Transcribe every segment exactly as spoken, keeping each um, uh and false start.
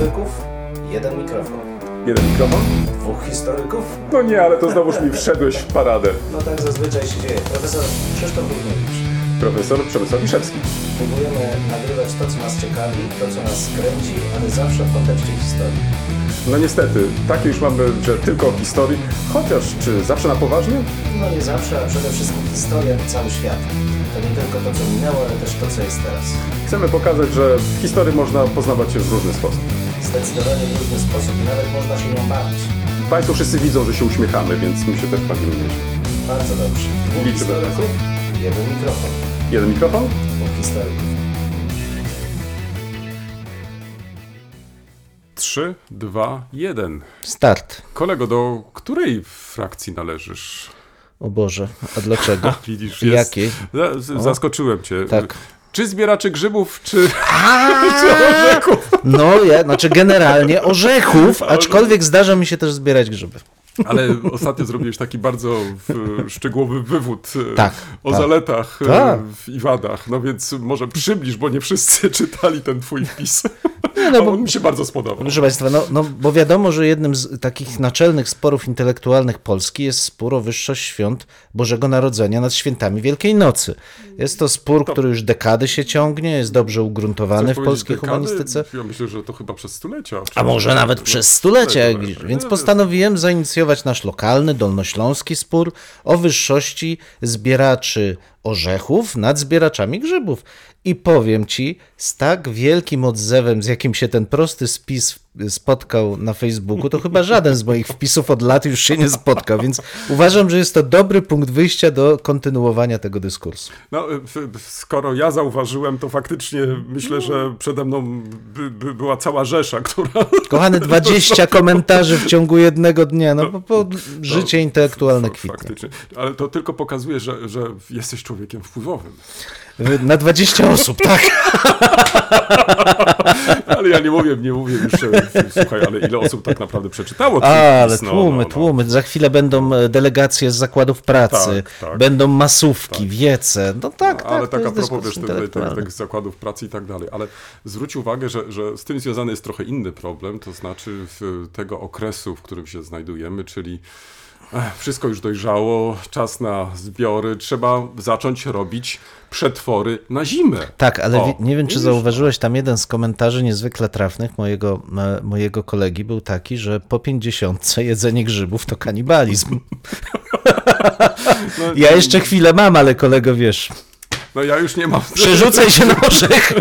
historyków, jeden mikrofon. Jeden mikrofon? Dwóch historyków? No nie, ale to znowuż mi wszedłeś w paradę. No tak zazwyczaj się dzieje. Profesor Krzysztof Równiewicz. Profesor Przemysław Wiszewski. Próbujemy nagrywać to, co nas ciekawi, to, co nas kręci, ale zawsze w kontekście historii. No niestety, takie już mamy, że tylko o historii, chociaż czy zawsze na poważnie? No nie zawsze, a przede wszystkim historia to cały świat. To nie tylko to, co minęło, ale też to, co jest teraz. Chcemy pokazać, że w historii można poznawać się w różny sposób. Zdecydowanie w różny sposób i nawet można się nią bawić. Państwo wszyscy widzą, że się uśmiechamy, więc my się też bawimy nieźle. Bardzo dobrze. Dwóch Liczymy historyków, jeden mikrofon. Jeden mikrofon? Dwóch historyków. Trzy, dwa, jeden. Start. Kolego, do której frakcji należysz? O Boże, a dlaczego? Widzisz, jest... Jakiej? Z- zaskoczyłem cię. Tak. Czy zbieraczy grzybów, czy... czy orzechów? No, ja, znaczy generalnie orzechów, aczkolwiek zdarza mi się też zbierać grzyby. Ale ostatnio zrobiłeś taki bardzo w, szczegółowy wywód tak, o tak. zaletach tak. i wadach. No więc może przybliż, bo nie wszyscy czytali ten twój wpis. Nie, no, on bo, mi się bardzo spodobał. Proszę Państwa, no, no bo wiadomo, że jednym z takich naczelnych sporów intelektualnych Polski jest spór o wyższość świąt Bożego Narodzenia nad świętami Wielkiej Nocy. Jest to spór, to... który już dekady się ciągnie, jest dobrze ugruntowany Chcesz w polskiej dekady? humanistyce. Ja myślę, że to chyba przez stulecia. A może nawet no, przez stulecia, jak, więc postanowiłem zainicjować nasz lokalny, dolnośląski spór o wyższości zbieraczy orzechów nad zbieraczami grzybów. I powiem ci, z tak wielkim odzewem, z jakim się ten prosty spis spotkał na Facebooku, to chyba żaden z moich wpisów od lat już się nie spotkał, więc uważam, że jest to dobry punkt wyjścia do kontynuowania tego dyskursu. No, skoro ja zauważyłem, to faktycznie myślę, że przede mną by, by była cała rzesza, która... Kochany, dwadzieścia komentarzy w ciągu jednego dnia, no bo, bo życie no, intelektualne f- kwitnie. Faktycznie, ale to tylko pokazuje, że, że jesteś człowiekiem wpływowym. Na dwadzieścia osób, tak. Ale ja nie mówię, nie mówię już, słuchaj, ale ile osób tak naprawdę przeczytało? A, ale no, tłumy, no, no. tłumy. Za chwilę będą delegacje z zakładów pracy, tak, tak, będą masówki, tak. wiece. No tak, no, tak. Ale tak a propos wiesz, tych, tych, tych zakładów pracy i tak dalej. Ale zwróć uwagę, że, że z tym związany jest trochę inny problem, to znaczy w tego okresu, w którym się znajdujemy, czyli wszystko już dojrzało, czas na zbiory, trzeba zacząć robić przetwory na zimę. Tak, ale o, nie wiem, czy zauważyłeś, tam jeden z komentarzy niezwykle trafnych mojego, mojego kolegi był taki, że po pięćdziesiątce jedzenie grzybów to kanibalizm. No, ja jeszcze chwilę mam, ale kolego, wiesz... No ja już nie mam... Przerzucaj się na orzechy.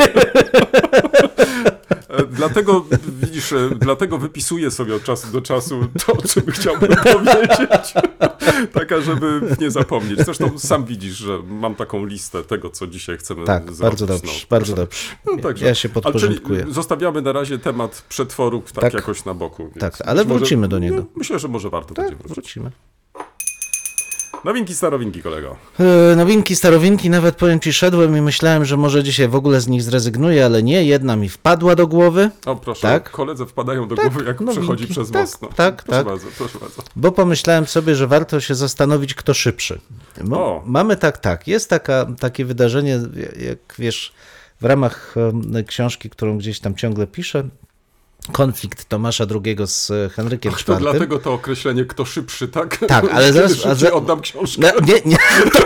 Dlatego, widzisz, dlatego wypisuję sobie od czasu do czasu to, o czym chciałbym powiedzieć. Taka, żeby nie zapomnieć. Zresztą sam widzisz, że mam taką listę tego, co dzisiaj chcemy tak, zrobić. bardzo dobrze, no, bardzo dobrze. No, także, ja się podporządkuję. Zostawiamy na razie temat przetworów tak, tak jakoś na boku. Tak, ale wrócimy może, do niego. No, myślę, że może warto tak, będzie wrócić. wrócimy. Nowinki, starowinki, kolego. Yy, nowinki, starowinki, nawet powiem ci, szedłem i myślałem, że może dzisiaj w ogóle z nich zrezygnuję, ale nie, jedna mi wpadła do głowy. O proszę, tak? koledze wpadają do tak, głowy, jak nowinki. przechodzi przez tak, most. No. Tak, proszę tak. bardzo, proszę bardzo. Bo pomyślałem sobie, że warto się zastanowić, kto szybszy. Bo mamy tak, tak, jest taka, takie wydarzenie, jak wiesz, w ramach książki, którą gdzieś tam ciągle piszę, Konflikt Tomasza drugiego z Henrykiem Ach, czwartym. To dlatego to określenie kto szybszy, tak? Tak, ale zaraz... A za... oddam książkę. No, nie, nie.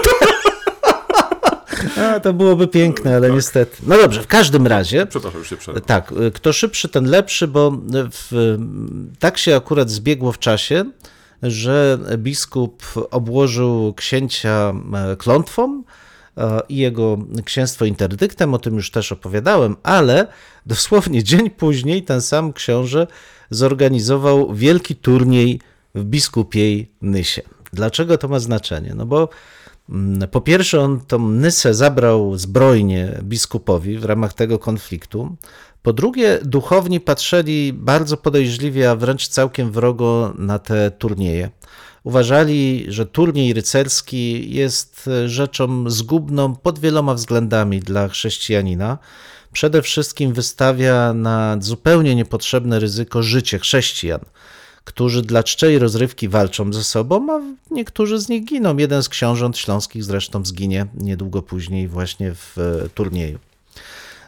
A, to byłoby piękne, ale tak. niestety. No dobrze, w każdym razie... Przepraszam, już się przerwę. Tak, kto szybszy, ten lepszy, bo w, tak się akurat zbiegło w czasie, że biskup obłożył księcia klątwą i jego księstwo interdyktem, o tym już też opowiadałem, ale dosłownie dzień później ten sam książę zorganizował wielki turniej w biskupiej Nysie. Dlaczego to ma znaczenie? No bo po pierwsze on tą Nysę zabrał zbrojnie biskupowi w ramach tego konfliktu. Po drugie duchowni patrzyli bardzo podejrzliwie, a wręcz całkiem wrogo na te turnieje. Uważali, że turniej rycerski jest rzeczą zgubną pod wieloma względami dla chrześcijanina. Przede wszystkim wystawia na zupełnie niepotrzebne ryzyko życie chrześcijan, którzy dla czczej rozrywki walczą ze sobą, a niektórzy z nich giną. Jeden z książąt śląskich zresztą zginie niedługo później właśnie w turnieju.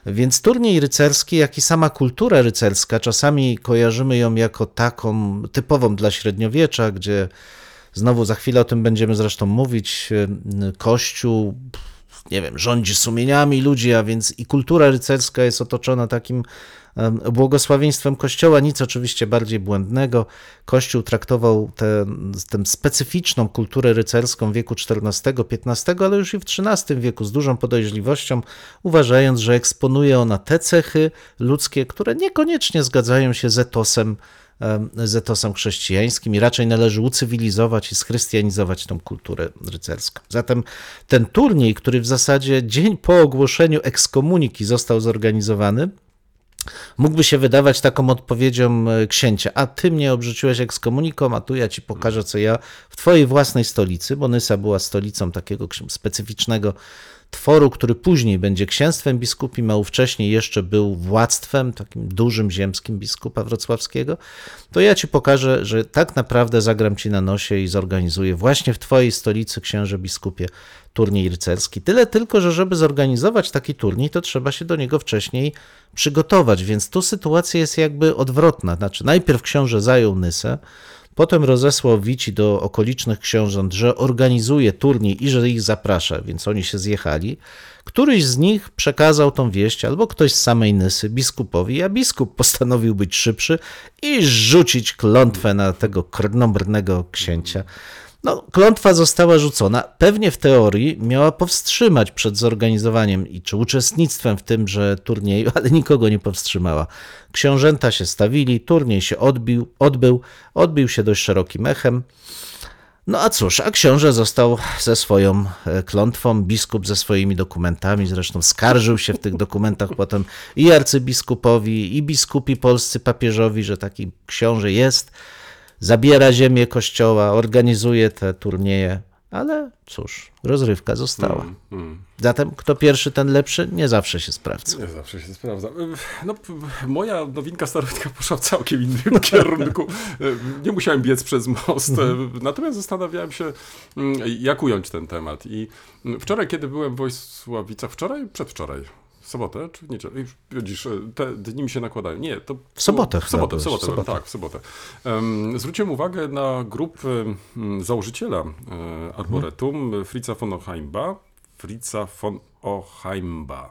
Więc turniej rycerski, jak i sama kultura rycerska, czasami kojarzymy ją jako taką typową dla średniowiecza, gdzie znowu za chwilę o tym będziemy zresztą mówić, Kościół, nie wiem, rządzi sumieniami ludzi, a więc i kultura rycerska jest otoczona takim błogosławieństwem Kościoła, nic oczywiście bardziej błędnego. Kościół traktował tę specyficzną kulturę rycerską wieku czternastego, piętnastego, ale już i w trzynastym wieku z dużą podejrzliwością, uważając, że eksponuje ona te cechy ludzkie, które niekoniecznie zgadzają się z etosem, z etosem chrześcijańskim i raczej należy ucywilizować i schrystianizować tą kulturę rycerską. Zatem ten turniej, który w zasadzie dzień po ogłoszeniu ekskomuniki został zorganizowany, mógłby się wydawać taką odpowiedzią księcia, a ty mnie obrzuciłeś ekskomuniką, a tu ja ci pokażę, co ja w twojej własnej stolicy, bo Nysa była stolicą takiego specyficznego tworu, który później będzie księstwem biskupim, a ówcześnie jeszcze był władztwem, takim dużym ziemskim biskupa wrocławskiego, to ja ci pokażę, że tak naprawdę zagram ci na nosie i zorganizuję właśnie w twojej stolicy, księże biskupie, turniej rycerski. Tyle tylko, że żeby zorganizować taki turniej, to trzeba się do niego wcześniej przygotować, więc tu sytuacja jest jakby odwrotna. Znaczy najpierw książę zajął Nysę, potem rozesłał wici do okolicznych książąt, że organizuje turniej i że ich zaprasza, więc oni się zjechali. Któryś z nich przekazał tą wieść, albo ktoś z samej Nysy biskupowi, a biskup postanowił być szybszy i rzucić klątwę na tego krnąbrnego księcia. No, klątwa została rzucona. Pewnie w teorii miała powstrzymać przed zorganizowaniem i czy uczestnictwem w tymże turnieju, ale nikogo nie powstrzymała. Książęta się stawili, turniej się odbił, odbył, odbił się dość szerokim echem. No a cóż, a książę został ze swoją klątwą, biskup ze swoimi dokumentami, zresztą skarżył się w tych dokumentach potem i arcybiskupowi, i biskupi polscy papieżowi, że taki książę jest, zabiera ziemię kościoła, organizuje te turnieje, ale cóż, rozrywka została. Mm, mm. Zatem kto pierwszy, ten lepszy, nie zawsze się sprawdza. Nie zawsze się sprawdza. No, moja nowinka starowitka poszła w całkiem innym kierunku. Nie musiałem biec przez most, natomiast zastanawiałem się, jak ująć ten temat. I wczoraj, kiedy byłem w Wojsławicach, wczoraj, przedwczoraj, w sobotę czy w niedzielę? Widzisz, te dni mi się nakładają. Nie, to w sobotę. W sobotę, w sobotę, w sobotę. Tak, w sobotę. Um, zwróciłem uwagę na grupę um, założyciela um, Arboretum, hmm. Fritza von Ochheimba. Fritza von Ochheimba.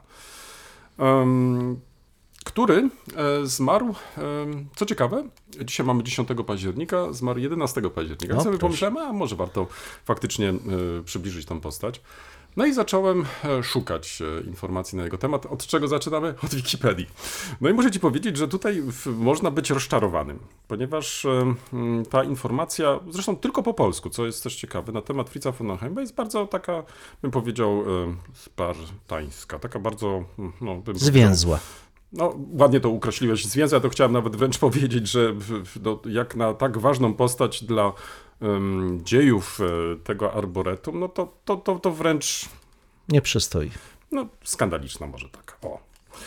Um, który e, zmarł, e, co ciekawe, dzisiaj mamy dziesiątego października, zmarł jedenastego października. No, sobie pomyślałem, a może warto faktycznie e, przybliżyć tą postać. No i zacząłem szukać informacji na jego temat. Od czego zaczynamy? Od Wikipedii. No i muszę ci powiedzieć, że tutaj można być rozczarowanym, ponieważ ta informacja, zresztą tylko po polsku, co jest też ciekawe, na temat Fritza von Ochheimba jest bardzo taka, bym powiedział, spartańska, taka bardzo... No, bym zwięzła. No, ładnie to ukreśliłeś, zwięzła, ja to chciałem nawet wręcz powiedzieć, że no, jak na tak ważną postać dla um, dziejów tego arboretum, no to, to, to, to wręcz... Nie przystoi. No, skandaliczna może tak. O.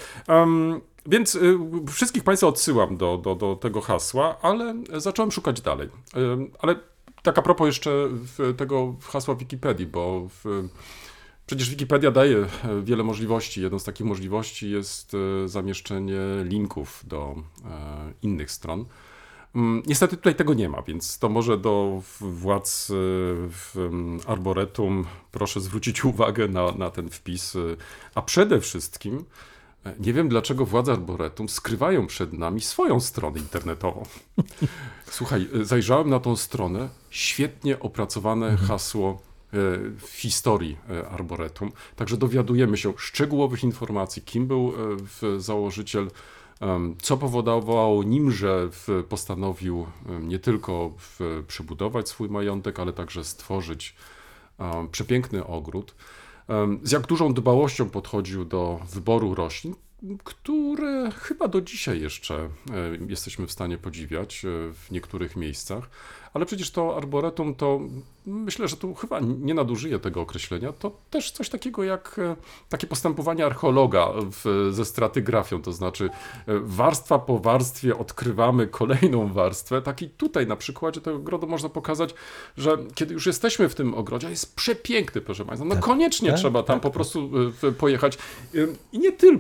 Um, więc y, wszystkich Państwa odsyłam do, do, do tego hasła, ale zacząłem szukać dalej. Y, ale tak a propos jeszcze w, tego hasła w Wikipedii, bo w, przecież Wikipedia daje wiele możliwości. Jedną z takich możliwości jest zamieszczenie linków do innych stron. Niestety tutaj tego nie ma, więc to może do władz w Arboretum proszę zwrócić uwagę na, na ten wpis. A przede wszystkim nie wiem, dlaczego władze Arboretum skrywają przed nami swoją stronę internetową. Słuchaj, zajrzałem na tą stronę, świetnie opracowane mhm. hasło w historii Arboretum. Także dowiadujemy się szczegółowych informacji, kim był założyciel, co powodowało nim, że postanowił nie tylko przebudować swój majątek, ale także stworzyć przepiękny ogród. Z jak dużą dbałością podchodził do wyboru roślin, które chyba do dzisiaj jeszcze jesteśmy w stanie podziwiać w niektórych miejscach. Ale przecież to arboretum to, myślę, że tu chyba nie nadużyję tego określenia, to też coś takiego jak takie postępowanie archeologa w, ze stratygrafią, to znaczy warstwa po warstwie odkrywamy kolejną warstwę. Tak i tutaj na przykładzie tego ogrodu można pokazać, że kiedy już jesteśmy w tym ogrodzie, jest przepiękny, proszę Państwa, no koniecznie tak, trzeba tam tak, po tak. prostu pojechać. I nie tylko w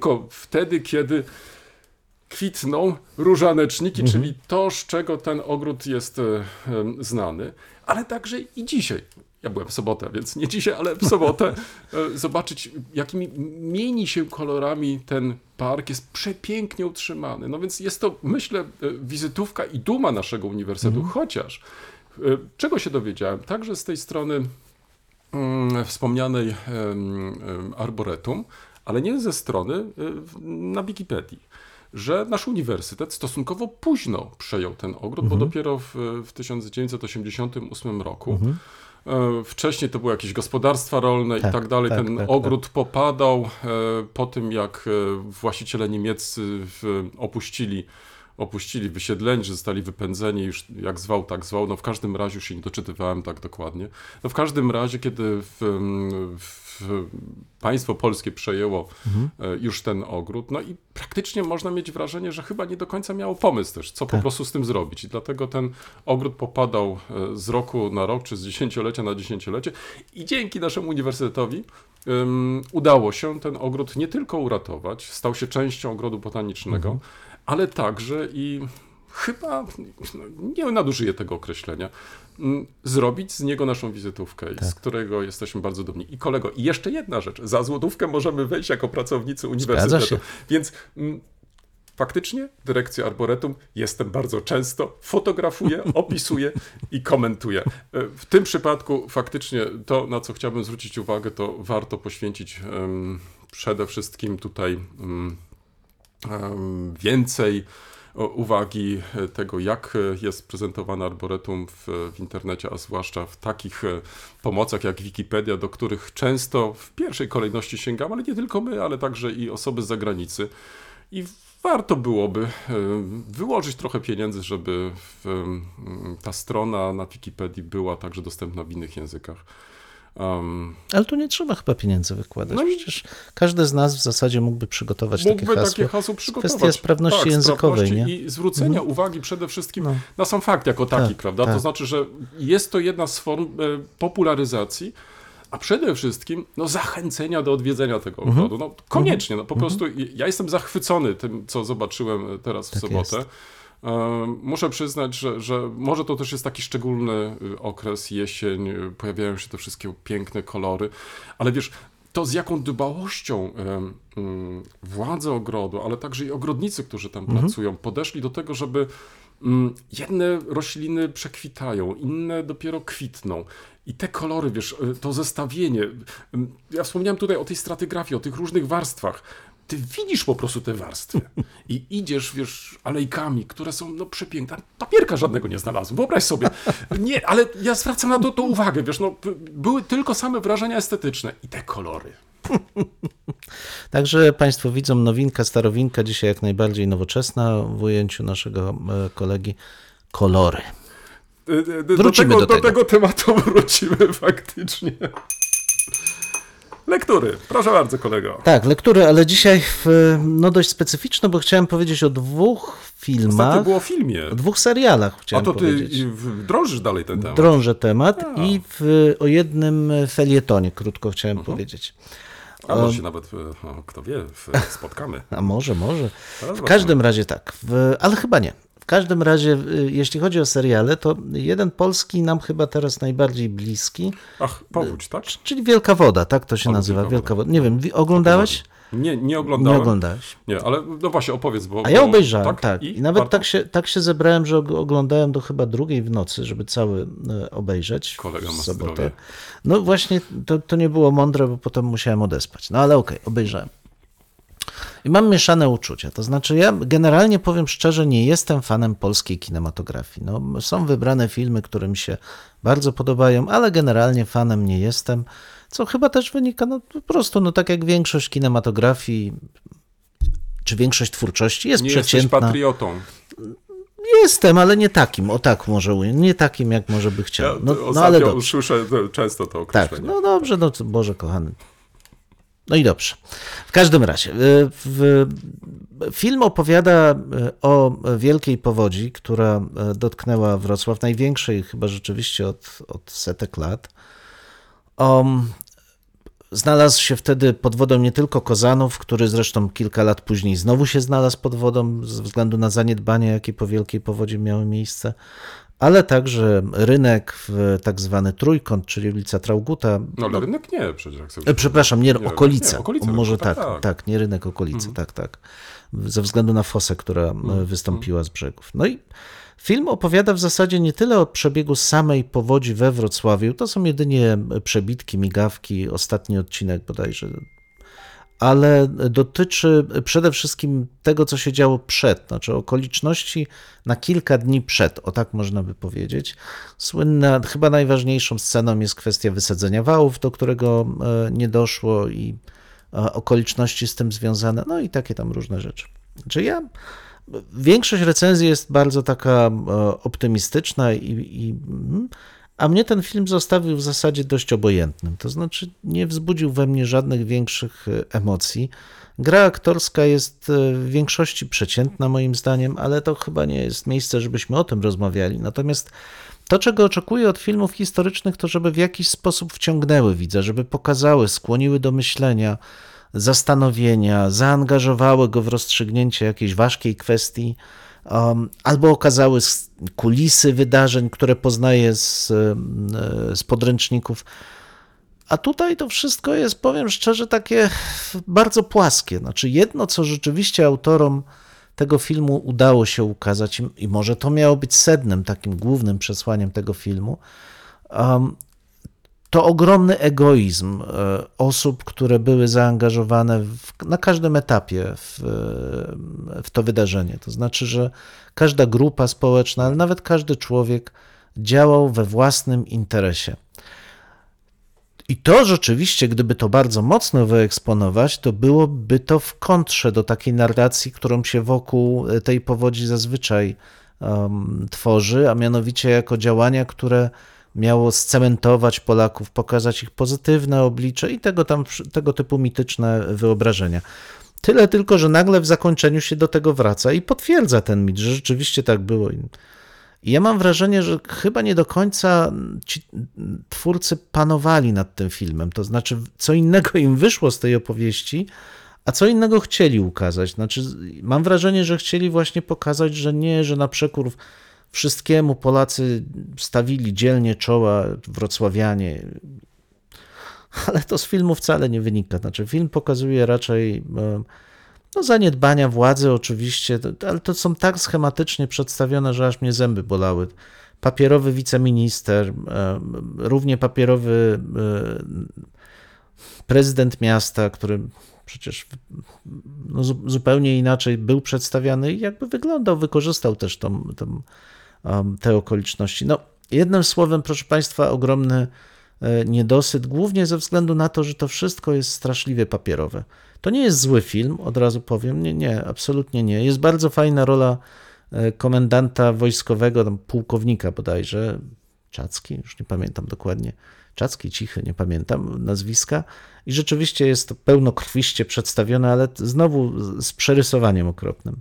wtedy, kiedy kwitną różaneczniki, Mhm. czyli to, z czego ten ogród jest e, e, znany, ale także i dzisiaj. Ja byłem w sobotę, więc nie dzisiaj, ale w sobotę e, zobaczyć, jakimi mieni się kolorami ten park jest przepięknie utrzymany. No więc jest to, myślę, e, wizytówka i duma naszego uniwersytetu, Mhm. chociaż e, czego się dowiedziałem? Także z tej strony mm, wspomnianej em, em, Arboretum, ale nie ze strony e, w- na Wikipedii, że nasz uniwersytet stosunkowo późno przejął ten ogród, bo dopiero w, w tysiąc dziewięćset osiemdziesiątym ósmym roku. E, Wcześniej to były jakieś gospodarstwa rolne Tak, i tak dalej. tak, Ten tak, ogród popadał e, po tym, jak e, właściciele niemieccy w, opuścili, opuścili wysiedlenie, że zostali wypędzeni, już jak zwał, tak zwał. No w każdym razie, już się nie doczytywałem tak dokładnie. No w każdym razie, kiedy w, w państwo polskie przejęło e, już ten ogród, no i praktycznie można mieć wrażenie, że chyba nie do końca miało pomysł też, co po Tak. prostu z tym zrobić. I dlatego ten ogród popadał e, z roku na rok, czy z dziesięciolecia na dziesięciolecie. I dzięki naszemu uniwersytetowi um, udało się ten ogród nie tylko uratować, stał się częścią ogrodu botanicznego, ale także i chyba, no, nie nadużyję tego określenia, mm, zrobić z niego naszą wizytówkę, i z którego jesteśmy bardzo dumni. I kolego, i jeszcze jedna rzecz, za złotówkę możemy wejść jako pracownicy uniwersytetu. się. Więc mm, faktycznie dyrekcja Arboretum jestem bardzo często, fotografuję, opisuję i komentuję. E, W tym przypadku faktycznie to, na co chciałbym zwrócić uwagę, to warto poświęcić em, przede wszystkim tutaj em, em, więcej o- uwagi e, tego, jak e, jest prezentowane Arboretum w, w internecie, a zwłaszcza w takich e, pomocach jak Wikipedia, do których często w pierwszej kolejności sięgamy, ale nie tylko my, ale także i osoby z zagranicy. I warto byłoby e, wyłożyć trochę pieniędzy, żeby w, em, ta strona na Wikipedii była także dostępna w innych językach. Um, Ale tu nie trzeba chyba pieniędzy wykładać. No i- Przecież każdy z nas w zasadzie mógłby przygotować takie Mógłby hasło. takie hasło przygotować. Kwestia sprawności tak, językowej, sprawności nie? i zwrócenia uwagi przede wszystkim No. na sam fakt jako taki, Tak, prawda? tak. To znaczy, że jest to jedna z form e, popularyzacji, a przede wszystkim no, zachęcenia do odwiedzenia tego Mhm. ogrodu. No, koniecznie, no, po prostu ja jestem zachwycony tym, co zobaczyłem teraz w Tak sobotę. jest. E, Muszę przyznać, że, że może to też jest taki szczególny y, okres, jesień, y, pojawiają się te wszystkie piękne kolory, ale wiesz, to z jaką dbałością em, mm, władze ogrodu, ale także i ogrodnicy, którzy tam pracują, podeszli do tego, żeby mm, jedne rośliny przekwitają, inne dopiero kwitną. I te kolory, wiesz, y, to zestawienie. Ym, Ja wspomniałem tutaj o tej stratygrafii, o tych różnych warstwach. Ty widzisz po prostu te warstwy i idziesz, wiesz, alejkami, które są no przepiękne. Papierka żadnego nie znalazłem, wyobraź sobie. Nie, ale ja zwracam na to, to uwagę, wiesz, no p- były tylko same wrażenia estetyczne i te kolory. Także Państwo widzą nowinka, starowinka, dzisiaj jak najbardziej nowoczesna w ujęciu naszego e, kolegi. Kolory. Y, y, Do Wrócimy tego, do do tego. tego tematu wrócimy faktycznie. Lektury. Proszę bardzo, kolego. Tak, lektury, ale dzisiaj w, no dość specyficzne, bo chciałem powiedzieć o dwóch Ostatnio filmach, było o filmie. o dwóch serialach A chciałem to ty powiedzieć. i w- drążysz dalej ten temat. Drążę temat i w, o jednym felietonie, krótko chciałem Mhm. powiedzieć. A może się nawet, e, o, kto wie, w- spotkamy. A może, może. Teraz W każdym razie tak, w, ale chyba nie. W każdym razie, y, jeśli chodzi o seriale, to jeden polski nam chyba teraz najbardziej bliski, Ach, powódź, tak? czyli Wielka Woda, tak to się O, nazywa, Wielka Wielka Woda. Nie wiem, wi- oglądałeś? Nie, nie Nie oglądałem. oglądałeś. Nie, ale no właśnie opowiedz, bo... A ja bo- obejrzałem, tak. I, nawet warto? tak się, tak się zebrałem, że og- oglądałem do chyba drugiej w nocy, żeby cały e, obejrzeć Kolega w ma sobotę. zdrowie. No właśnie, to, to nie było mądre, bo potem musiałem odespać. No ale okej, obejrzałem. I mam mieszane uczucia. To znaczy, ja generalnie powiem szczerze, nie jestem fanem polskiej kinematografii. No, są wybrane filmy, które mi się bardzo podobają, ale generalnie fanem nie jestem, co chyba też wynika no, po prostu, no tak jak większość kinematografii, czy większość twórczości jest Nie jesteś przeciętna. patriotą. Jestem, ale nie takim, o tak może ująć, nie takim, jak może by Ja chciał. No, ostatnio no ale dobrze. słyszę to- często to Tak, określenie. no dobrze, no to Boże kochany. No i dobrze. W każdym razie, y, w, film opowiada y, o wielkiej powodzi, która y, dotknęła Wrocław, największej chyba rzeczywiście od, od setek lat. O, Znalazł się wtedy pod wodą nie tylko Kozanów, który zresztą kilka lat później znowu się znalazł pod wodą ze względu na zaniedbania, jakie po wielkiej powodzie miały miejsce, ale także rynek, w tak zwany Trójkąt, czyli ulica Traugutta. No ale rynek nie, przecież jak sobie... Przepraszam, nie, nie okolice. Nie, okolice Może rynku, tak, tak, tak, tak. nie rynek, okolice, Mhm. tak, tak. Ze względu na fosę, która Mhm. wystąpiła z brzegów. No i film opowiada w zasadzie nie tyle o przebiegu samej powodzi we Wrocławiu, to są jedynie przebitki, migawki, ostatni odcinek bodajże, ale dotyczy przede wszystkim tego, co się działo przed, znaczy okoliczności na kilka dni przed, o tak można by powiedzieć. Słynna, chyba najważniejszą sceną jest kwestia wysadzenia wałów, do którego nie doszło i okoliczności z tym związane, no i takie tam różne rzeczy. Znaczy ja, większość recenzji jest bardzo taka optymistyczna i, i a mnie ten film zostawił w zasadzie dość obojętnym, to znaczy nie wzbudził we mnie żadnych większych emocji. Gra aktorska jest w większości przeciętna moim zdaniem, ale to chyba nie jest miejsce, żebyśmy o tym rozmawiali. Natomiast to, czego oczekuję od filmów historycznych, to żeby w jakiś sposób wciągnęły widza, żeby pokazały, skłoniły do myślenia, zastanowienia, zaangażowały go w rozstrzygnięcie jakiejś ważkiej kwestii, Um, albo okazały kulisy wydarzeń, które poznaję z, z podręczników. A tutaj to wszystko jest, powiem szczerze, takie bardzo płaskie. Znaczy jedno, co rzeczywiście autorom tego filmu udało się ukazać i może to miało być sednem, takim głównym przesłaniem tego filmu, um, to ogromny egoizm osób, które były zaangażowane w, na każdym etapie w, w to wydarzenie. To znaczy, że każda grupa społeczna, ale nawet każdy człowiek działał we własnym interesie. I to rzeczywiście, gdyby to bardzo mocno wyeksponować, to byłoby to w kontrze do takiej narracji, którą się wokół tej powodzi zazwyczaj um, tworzy, a mianowicie jako działania, które miało scementować Polaków, pokazać ich pozytywne oblicze i tego, tam, tego typu mityczne wyobrażenia. Tyle tylko, że nagle w zakończeniu się do tego wraca i potwierdza ten mit, że rzeczywiście tak było. I ja mam wrażenie, że chyba nie do końca ci twórcy panowali nad tym filmem, to znaczy co innego im wyszło z tej opowieści, a co innego chcieli ukazać. Znaczy, mam wrażenie, że chcieli właśnie pokazać, że nie, że na przekór wszystkiemu Polacy stawili dzielnie czoła, wrocławianie, ale to z filmu wcale nie wynika. Znaczy film pokazuje raczej no, zaniedbania władzy oczywiście, ale to są tak schematycznie przedstawione, że aż mnie zęby bolały. Papierowy wiceminister, równie papierowy prezydent miasta, który przecież no, zupełnie inaczej był przedstawiany i jakby wyglądał, wykorzystał też tą, tą, te okoliczności. No, jednym słowem, proszę Państwa, ogromny niedosyt, głównie ze względu na to, że to wszystko jest straszliwie papierowe. To nie jest zły film, od razu powiem, nie, nie, absolutnie nie. Jest bardzo fajna rola komendanta wojskowego, tam pułkownika bodajże, Czacki, już nie pamiętam dokładnie, Czacki, Cichy, nie pamiętam nazwiska i rzeczywiście jest to pełnokrwiście przedstawione, ale znowu z przerysowaniem okropnym.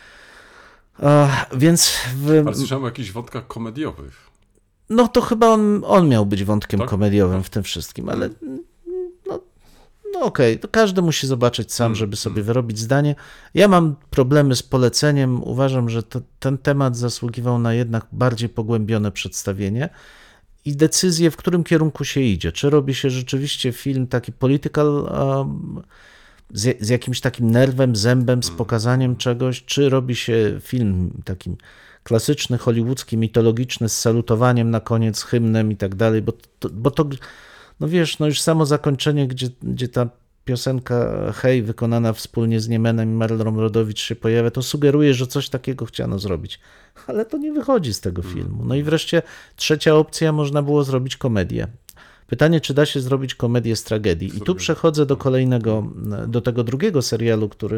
A, więc... W... Ale słyszałem o jakichś wątkach komediowych. No to chyba on, on miał być wątkiem tak? komediowym w tym wszystkim, ale no, no okej, okay. To każdy musi zobaczyć sam, żeby sobie wyrobić zdanie. Ja mam problemy z poleceniem, uważam, że to, ten temat zasługiwał na jednak bardziej pogłębione przedstawienie i decyzję, w którym kierunku się idzie. Czy robi się rzeczywiście film taki political, um, z, z jakimś takim nerwem, zębem, z pokazaniem czegoś, czy robi się film takim klasyczny, hollywoodzki, mitologiczny, z salutowaniem na koniec, hymnem i tak dalej, bo to, bo to, no wiesz, no już samo zakończenie, gdzie, gdzie ta piosenka Hej, wykonana wspólnie z Niemenem i Marlon Rodowicz się pojawia, to sugeruje, że coś takiego chciano zrobić, ale to nie wychodzi z tego filmu. No i wreszcie trzecia opcja, można było zrobić komedię. Pytanie, czy da się zrobić komedię z tragedii. I tu przechodzę do kolejnego, do tego drugiego serialu, który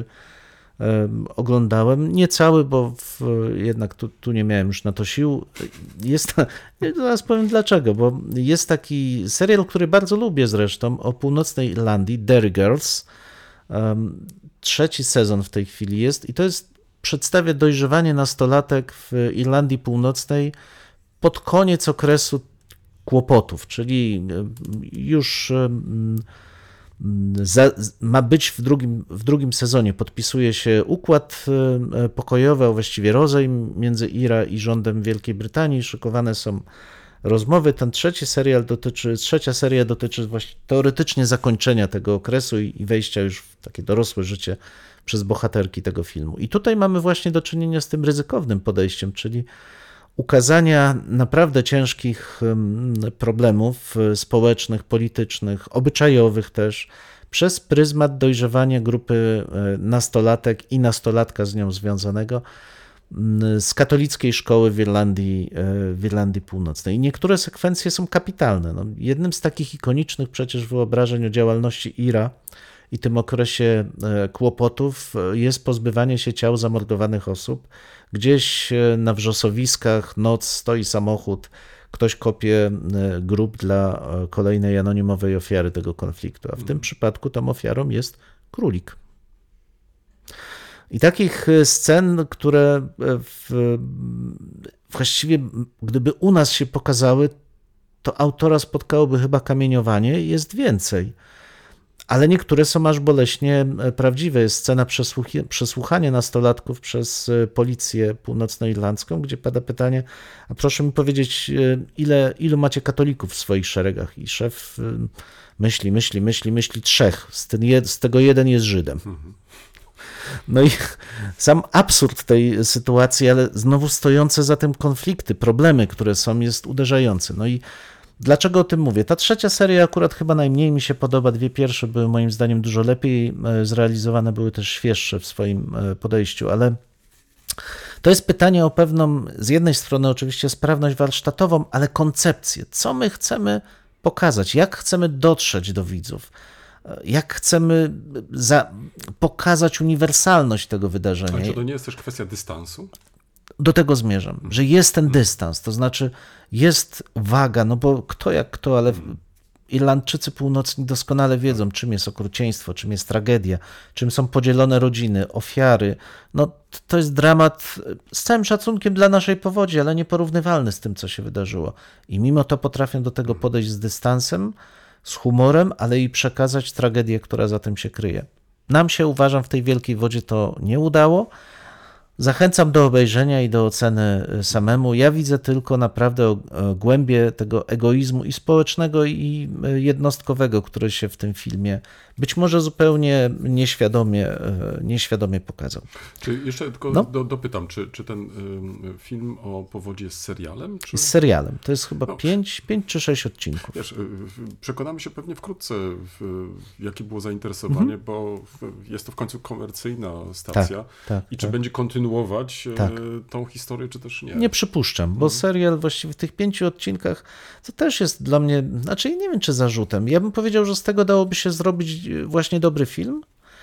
oglądałem, nie cały, bo w, jednak tu, tu nie miałem już na to sił. Jest, zaraz powiem dlaczego, bo jest taki serial, który bardzo lubię zresztą, o północnej Irlandii, Derry Girls. Um, trzeci sezon w tej chwili jest i to jest, przedstawia dojrzewanie nastolatek w Irlandii Północnej pod koniec okresu kłopotów, czyli już um, Za, ma być w drugim, w drugim sezonie. Podpisuje się układ pokojowy, a właściwie rozejm między Ira i rządem Wielkiej Brytanii. Szykowane są rozmowy. Ten trzeci serial dotyczy, trzecia seria dotyczy właśnie teoretycznie zakończenia tego okresu i, i wejścia już w takie dorosłe życie przez bohaterki tego filmu. I tutaj mamy właśnie do czynienia z tym ryzykownym podejściem, czyli ukazania naprawdę ciężkich problemów społecznych, politycznych, obyczajowych też, przez pryzmat dojrzewania grupy nastolatek i nastolatka z nią związanego z katolickiej szkoły w Irlandii, w Irlandii Północnej. I niektóre sekwencje są kapitalne. No, jednym z takich ikonicznych przecież wyobrażeń o działalności Ira i tym okresie kłopotów jest pozbywanie się ciał zamordowanych osób. Gdzieś na wrzosowiskach, noc, stoi samochód, ktoś kopie grób dla kolejnej anonimowej ofiary tego konfliktu, a w tym przypadku tą ofiarą jest królik. I takich scen, które w, właściwie gdyby u nas się pokazały, to autora spotkałoby chyba kamieniowanie, jest więcej. Ale niektóre są aż boleśnie prawdziwe. Jest scena przesłuchania nastolatków przez policję północnoirlandzką, gdzie pada pytanie, a proszę mi powiedzieć, ile, ilu macie katolików w swoich szeregach? I szef myśli, myśli, myśli, myśli, trzech. Z, ten, z tego jeden jest Żydem. No i sam absurd tej sytuacji, ale znowu stojące za tym konflikty, problemy, które są, jest uderzający. No i dlaczego o tym mówię? Ta trzecia seria akurat chyba najmniej mi się podoba. Dwie pierwsze były moim zdaniem dużo lepiej zrealizowane, były też świeższe w swoim podejściu, ale to jest pytanie o pewną, z jednej strony oczywiście sprawność warsztatową, ale koncepcję. Co my chcemy pokazać? Jak chcemy dotrzeć do widzów? Jak chcemy za, pokazać uniwersalność tego wydarzenia? Ale czy to nie jest też kwestia dystansu? Do tego zmierzam, że jest ten dystans, to znaczy jest waga, no bo kto jak kto, ale Irlandczycy północni doskonale wiedzą, czym jest okrucieństwo, czym jest tragedia, czym są podzielone rodziny, ofiary. No to jest dramat z całym szacunkiem dla naszej powodzi, ale nieporównywalny z tym, co się wydarzyło. I mimo to potrafią do tego podejść z dystansem, z humorem, ale i przekazać tragedię, która za tym się kryje. Nam się, uważam, w tej Wielkiej Wodzie to nie udało. Zachęcam do obejrzenia i do oceny samemu. Ja widzę tylko naprawdę głębię tego egoizmu i społecznego, i jednostkowego, który się w tym filmie być może zupełnie nieświadomie, nieświadomie pokazał. Czy jeszcze tylko no. do, dopytam, czy, czy ten y, film o powodzi jest serialem? Czy... Z serialem. To jest chyba no. pięć, pięć czy sześć odcinków. Wiesz, przekonamy się pewnie wkrótce, w, jakie było zainteresowanie, mhm. bo jest to w końcu komercyjna stacja. Tak, tak, I czy tak. będzie kontynuować tak. tą historię, czy też nie? Nie przypuszczam, bo mhm. serial właściwie w tych pięciu odcinkach to też jest dla mnie, znaczy nie wiem, czy zarzutem. Ja bym powiedział, że z tego dałoby się zrobić właśnie dobry film.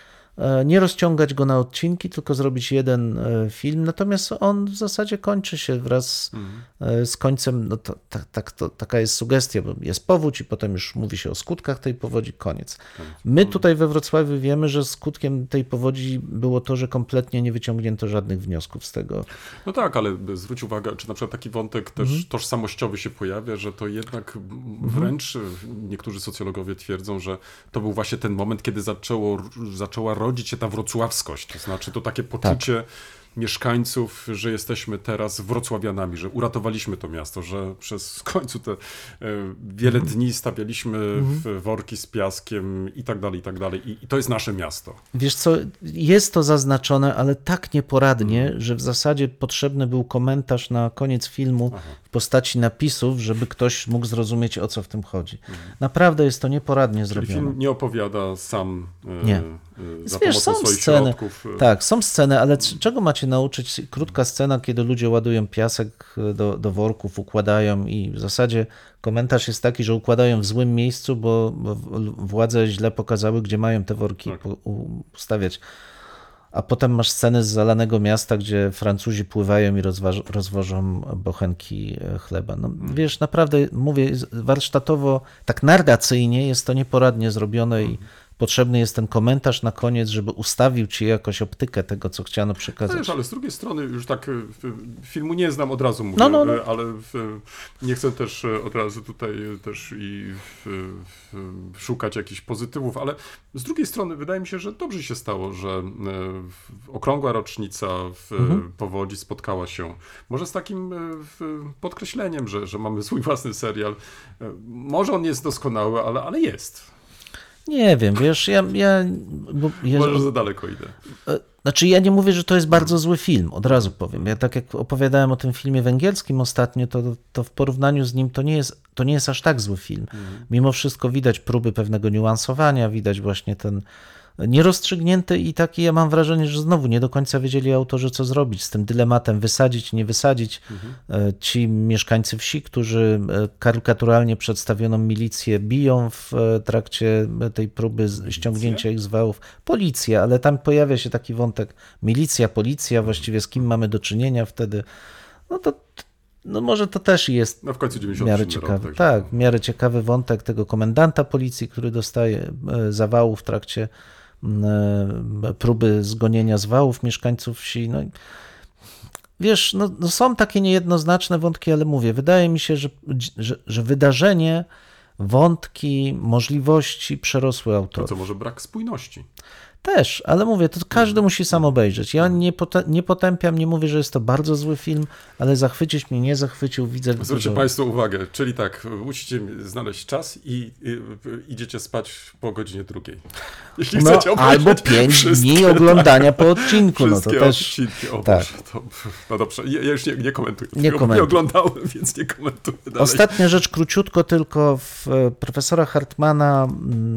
Nie rozciągać go na odcinki, tylko zrobić jeden film, natomiast on w zasadzie kończy się wraz mhm. z końcem, no to, tak, tak, to, taka jest sugestia, bo jest powódź i potem już mówi się o skutkach tej powodzi, koniec. My tutaj we Wrocławiu wiemy, że skutkiem tej powodzi było to, że kompletnie nie wyciągnięto żadnych wniosków z tego. No tak, ale zwróć uwagę, czy na przykład taki wątek też mhm. tożsamościowy się pojawia, że to jednak wręcz niektórzy socjologowie twierdzą, że to był właśnie ten moment, kiedy zaczęło, zaczęła rodzić się ta wrocławskość, to znaczy to takie poczucie tak. mieszkańców, że jesteśmy teraz wrocławianami, że uratowaliśmy to miasto, że przez w końcu te e, wiele mm. dni stawialiśmy mm. w worki z piaskiem i tak dalej, i tak dalej. I, i to jest nasze miasto. Wiesz co, jest to zaznaczone, ale tak nieporadnie, mm. że w zasadzie potrzebny był komentarz na koniec filmu Aha. w postaci napisów, żeby ktoś mógł zrozumieć, o co w tym chodzi. Mm. Naprawdę jest to nieporadnie Czyli zrobione. film nie opowiada sam e, nie. e, za Wiesz, pomocą są swoich sceny, środków. Tak, są sceny, ale c- czego macie nauczyć? Krótka scena, kiedy ludzie ładują piasek do, do worków, układają i w zasadzie komentarz jest taki, że układają w złym miejscu, bo, bo władze źle pokazały, gdzie mają te worki tak. ustawiać. A potem masz sceny z zalanego miasta, gdzie Francuzi pływają i rozważ- rozwożą bochenki chleba. No, hmm. Wiesz, naprawdę mówię, warsztatowo, tak narracyjnie jest to nieporadnie zrobione hmm. i potrzebny jest ten komentarz na koniec, żeby ustawił ci jakoś optykę tego, co chciano przekazać. Wiesz, ale z drugiej strony już tak y, filmu nie znam, od razu mówię, No, no, no. y, ale y, nie chcę też y, od razu tutaj y, też i y, y, szukać jakichś pozytywów, ale z drugiej strony wydaje mi się, że dobrze się stało, że y, okrągła rocznica w, Mhm. powodzi spotkała się może z takim y, w, podkreśleniem, że, że mamy swój własny serial. Y, może on jest doskonały, ale, ale jest. Nie wiem, wiesz, ja... ja bo, ja Może za daleko idę. Znaczy ja nie mówię, że to jest bardzo zły film, od razu powiem. Ja tak jak opowiadałem o tym filmie węgierskim ostatnio, to, to w porównaniu z nim to nie jest, to nie jest aż tak zły film. Mimo wszystko widać próby pewnego niuansowania, widać właśnie ten nierozstrzygnięty i taki, ja mam wrażenie, że znowu nie do końca wiedzieli autorzy, co zrobić z tym dylematem wysadzić, nie wysadzić. Mhm. Ci mieszkańcy wsi, którzy karykaturalnie przedstawioną milicję biją w trakcie tej próby ściągnięcia ich z wałów. Policja, ale tam pojawia się taki wątek milicja, policja, właściwie z kim mamy do czynienia wtedy. No to no może to też jest no w końcu w miarę ciekawy. Rok, tak, w miarę ciekawy wątek tego komendanta policji, który dostaje zawału w trakcie próby zgonienia z wałów mieszkańców wsi. No, wiesz, no, no są takie niejednoznaczne wątki, ale mówię, wydaje mi się, że, że, że wydarzenie, wątki, możliwości przerosły autora. To co, może brak spójności? Też, ale mówię, to każdy musi sam obejrzeć. Ja nie, pot- nie potępiam, nie mówię, że jest to bardzo zły film, ale zachwycić mnie nie zachwycił, widzę... Zwróćcie że... Państwo uwagę, czyli tak, musicie znaleźć czas i, i, i idziecie spać po godzinie drugiej. Jeśli no, chcecie obejrzeć albo pięć dni oglądania po odcinku. No to też... odcinki, o tak. Boże, to, no dobrze, ja, ja już nie, nie komentuję. Nie, nie, komentuj. nie oglądałem, więc nie komentuję dalej. Ostatnia rzecz, króciutko tylko, w profesora Hartmana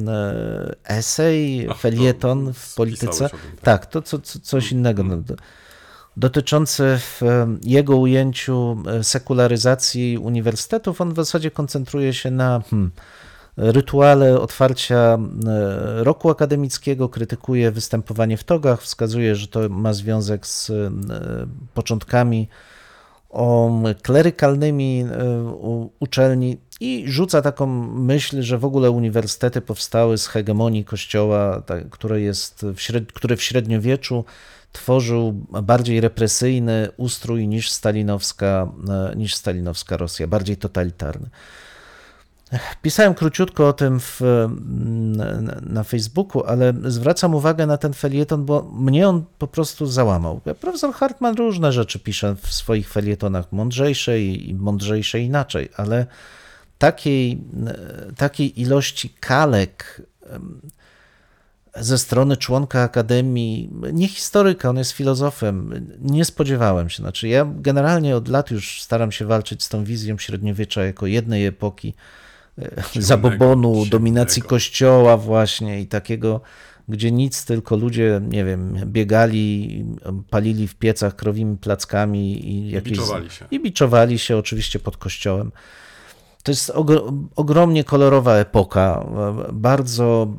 esej, Ach, felieton w polityce. Tym, tak. tak, to co, co, coś innego. Hmm. Dotyczący w jego ujęciu sekularyzacji uniwersytetów, on w zasadzie koncentruje się na hmm, rytuale otwarcia roku akademickiego, krytykuje występowanie w togach, wskazuje, że to ma związek z początkami o klerykalnymi uczelni i rzuca taką myśl, że w ogóle uniwersytety powstały z hegemonii Kościoła, który, jest w śred... który w średniowieczu tworzył bardziej represyjny ustrój niż stalinowska, niż stalinowska Rosja, bardziej totalitarny. Pisałem króciutko o tym w, na Facebooku, ale zwracam uwagę na ten felieton, bo mnie on po prostu załamał. Profesor Hartman różne rzeczy pisze w swoich felietonach, mądrzejsze i mądrzejsze inaczej, ale takiej, takiej ilości kalek ze strony członka Akademii, nie historyka, on jest filozofem, nie spodziewałem się. Znaczy ja generalnie od lat już staram się walczyć z tą wizją średniowiecza jako jednej epoki, zabobonu, ciemnego. dominacji Kościoła właśnie i takiego, gdzie nic, tylko ludzie, nie wiem, biegali, palili w piecach krowimi plackami i, jakieś, I biczowali się. I biczowali się oczywiście pod Kościołem. To jest ogr- ogromnie kolorowa epoka, bardzo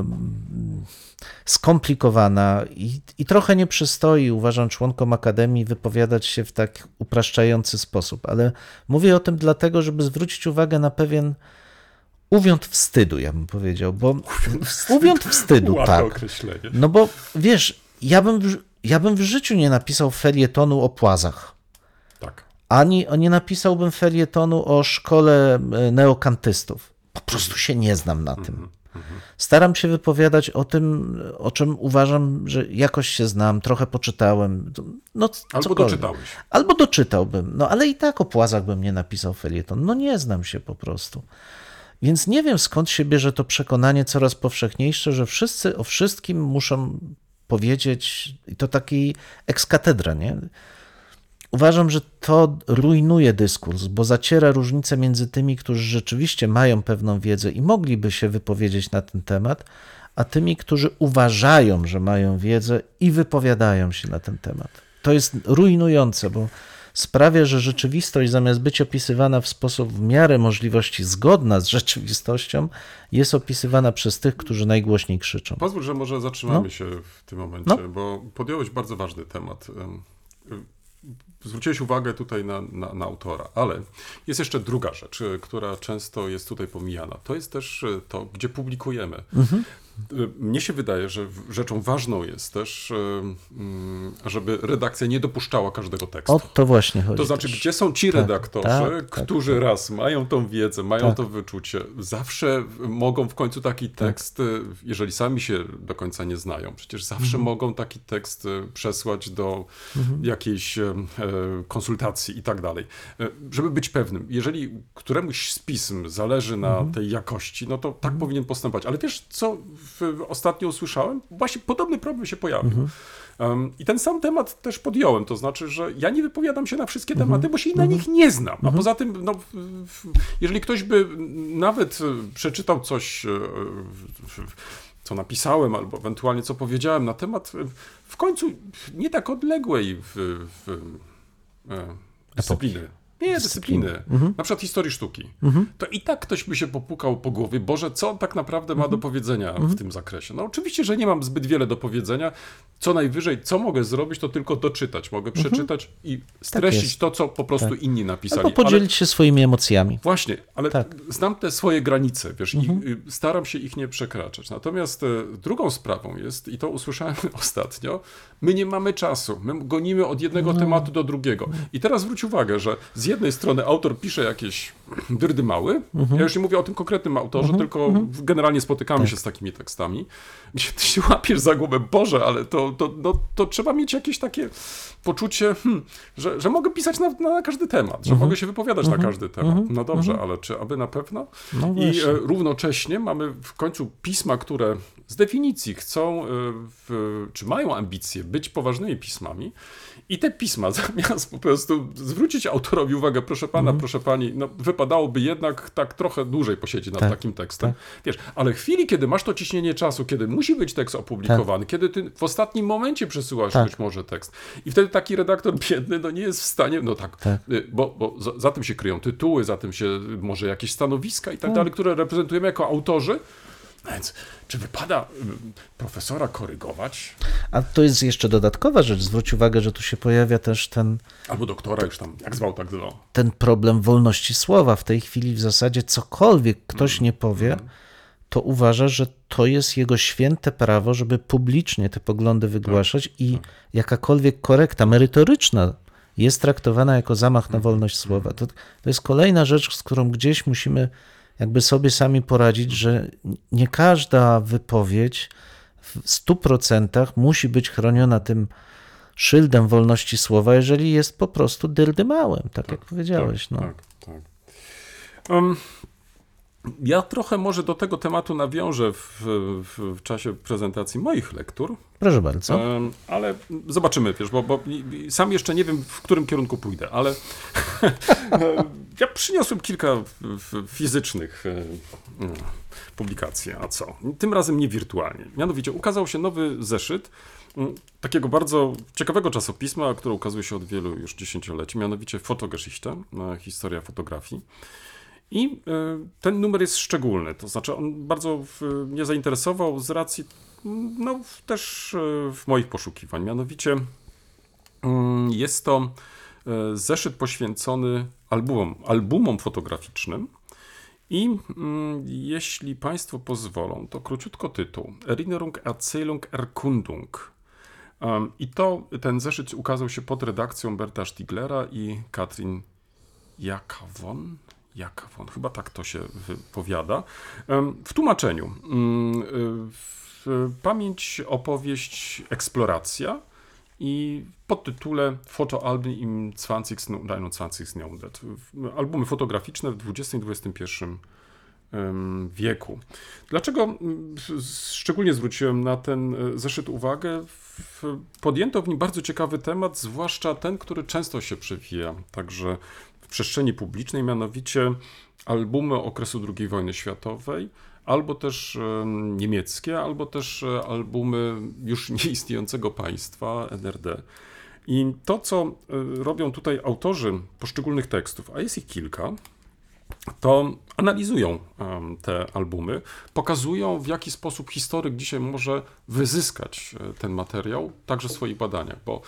skomplikowana i, i trochę nie przystoi, uważam, członkom Akademii wypowiadać się w tak upraszczający sposób, ale mówię o tym dlatego, żeby zwrócić uwagę na pewien uwiąd wstydu, ja bym powiedział, bo uwiąd wstydu, Ładne tak. określenie. No bo wiesz, ja bym, w, ja bym w życiu nie napisał felietonu o płazach. Tak. Ani nie napisałbym felietonu o szkole neokantystów. Po prostu się nie znam na tym. Staram się wypowiadać o tym, o czym uważam, że jakoś się znam, trochę poczytałem. No, Albo cokolwiek. doczytałeś. Albo doczytałbym, no ale i tak o płazach bym nie napisał felieton. No nie znam się po prostu. Więc nie wiem, skąd się bierze to przekonanie coraz powszechniejsze, że wszyscy o wszystkim muszą powiedzieć, i to taki ex cathedra, nie? Uważam, że to rujnuje dyskurs, bo zaciera różnicę między tymi, którzy rzeczywiście mają pewną wiedzę i mogliby się wypowiedzieć na ten temat, a tymi, którzy uważają, że mają wiedzę i wypowiadają się na ten temat. To jest rujnujące, bo sprawia, że rzeczywistość, zamiast być opisywana w sposób w miarę możliwości zgodna z rzeczywistością, jest opisywana przez tych, którzy najgłośniej krzyczą. Pozwól, że może zatrzymamy no. się w tym momencie, no. bo podjąłeś bardzo ważny temat. Zwróciłeś uwagę tutaj na, na, na autora, ale jest jeszcze druga rzecz, która często jest tutaj pomijana. To jest też to, gdzie publikujemy. Mhm. Mnie się wydaje, że rzeczą ważną jest też, żeby redakcja nie dopuszczała każdego tekstu. O to właśnie chodzi. To znaczy, też. gdzie są ci Tak, redaktorzy, tak, tak, którzy tak. raz mają tą wiedzę, mają Tak. to wyczucie, zawsze mogą w końcu taki tekst, jeżeli sami się do końca nie znają, przecież zawsze Mhm. mogą taki tekst przesłać do jakiejś e, konsultacji i tak dalej. E, Żeby być pewnym, jeżeli któremuś z pism zależy na Mhm. tej jakości, no to tak powinien postępować. Ale wiesz, co w, ostatnio usłyszałem? Właśnie podobny problem się pojawił. Mhm. Um, I ten sam temat też podjąłem, to znaczy, że ja nie wypowiadam się na wszystkie Mhm. tematy, bo się na nich nie znam. A poza tym, no, w, w, jeżeli ktoś by nawet e, przeczytał coś, e, w, w, co napisałem, albo ewentualnie co powiedziałem na temat e, w końcu nie tak odległej w, w, e, dyscypliny. Nie, dyscypliny. Mhm. Na przykład historii sztuki. To i tak ktoś by się popukał po głowie, Boże, co on tak naprawdę ma do powiedzenia w tym zakresie. No oczywiście, że nie mam zbyt wiele do powiedzenia. Co najwyżej, co mogę zrobić, to tylko doczytać. Mogę przeczytać i streścić jest. to, co po prostu Tak. inni napisali. Albo podzielić się swoimi emocjami. Ale, właśnie, ale Tak. znam te swoje granice, wiesz, i y, staram się ich nie przekraczać. Natomiast y, drugą sprawą jest, i to usłyszałem ostatnio, my nie mamy czasu. My gonimy od jednego tematu do drugiego. I teraz zwróć uwagę, że z jednej strony autor pisze jakieś dyrdymały, ja już nie mówię o tym konkretnym autorze, tylko generalnie spotykamy się z takimi tekstami, gdzie ty się łapiesz za głowę, Boże, ale to, to, no, to trzeba mieć jakieś takie poczucie, hmm, że, że mogę pisać na, na każdy temat, że mogę się wypowiadać na każdy temat. No dobrze, ale czy aby na pewno? No I właśnie. e, równocześnie mamy w końcu pisma, które z definicji chcą, e, w, czy mają ambicje być poważnymi pismami, i te pisma, zamiast po prostu zwrócić autorowi uwagę, proszę pana, proszę pani, no wypadałoby jednak tak trochę dłużej posiedzieć nad Tak, takim tekstem. Wiesz, ale w chwili, kiedy masz to ciśnienie czasu, kiedy musi być tekst opublikowany, kiedy ty w ostatnim momencie przesyłasz Tak. być może tekst, i wtedy taki redaktor biedny, no nie jest w stanie, no tak, Tak. y, bo, bo za, za tym się kryją tytuły, za tym się może jakieś stanowiska i tak dalej, które reprezentujemy jako autorzy. Więc czy wypada y, profesora korygować? A to jest jeszcze dodatkowa rzecz. Zwróć uwagę, że tu się pojawia też ten, Albo doktora już tam, jak zwał, tak zwał. ten problem wolności słowa. W tej chwili w zasadzie cokolwiek ktoś nie powie, to uważa, że to jest jego święte prawo, żeby publicznie te poglądy wygłaszać i jakakolwiek korekta merytoryczna jest traktowana jako zamach na wolność słowa. To, to jest kolejna rzecz, z którą gdzieś musimy jakby sobie sami poradzić, że nie każda wypowiedź w stu procentach musi być chroniona tym szyldem wolności słowa, jeżeli jest po prostu dyrdymałem, tak, jak powiedziałeś. No. Tak, tak. Um, ja trochę może do tego tematu nawiążę w, w, w czasie prezentacji moich lektur, Proszę bardzo. um, ale zobaczymy, wiesz, bo, bo sam jeszcze nie wiem, w którym kierunku pójdę, ale ja przyniosłem kilka f- fizycznych e, publikacji, a co? Tym razem nie wirtualnie. Mianowicie ukazał się nowy zeszyt m, takiego bardzo ciekawego czasopisma, które ukazuje się od wielu już dziesięcioleci, mianowicie Fotogeschichte, e, historia fotografii. I y, ten numer jest szczególny, to znaczy on bardzo w, mnie zainteresował z racji no, w, też y, w moich poszukiwań. Mianowicie y, jest to y, zeszyt poświęcony albumom, albumom fotograficznym i y, jeśli Państwo pozwolą, to króciutko tytuł. Erinnerung, Erzählung, Erkundung. Um, I to ten zeszyt ukazał się pod redakcją Berta Stiglera i Katrin Jakawon. Jakawon, chyba tak to się wypowiada. W tłumaczeniu. W pamięć, opowieść, eksploracja i pod tytule Fotoalben im zwanzigsten und einundzwanzigsten Jahrhundert. Albumy fotograficzne w dwudziestym i dwudziestym pierwszym wieku. Dlaczego szczególnie zwróciłem na ten zeszyt uwagę? Podjęto w nim bardzo ciekawy temat, zwłaszcza ten, który często się przewija także w przestrzeni publicznej, mianowicie albumy okresu drugiej wojny światowej, albo też niemieckie, albo też albumy już nieistniejącego państwa N R D. I to, co robią tutaj autorzy poszczególnych tekstów, a jest ich kilka, to analizują te albumy, pokazują, w jaki sposób historyk dzisiaj może wyzyskać ten materiał, także w swoich badaniach, bo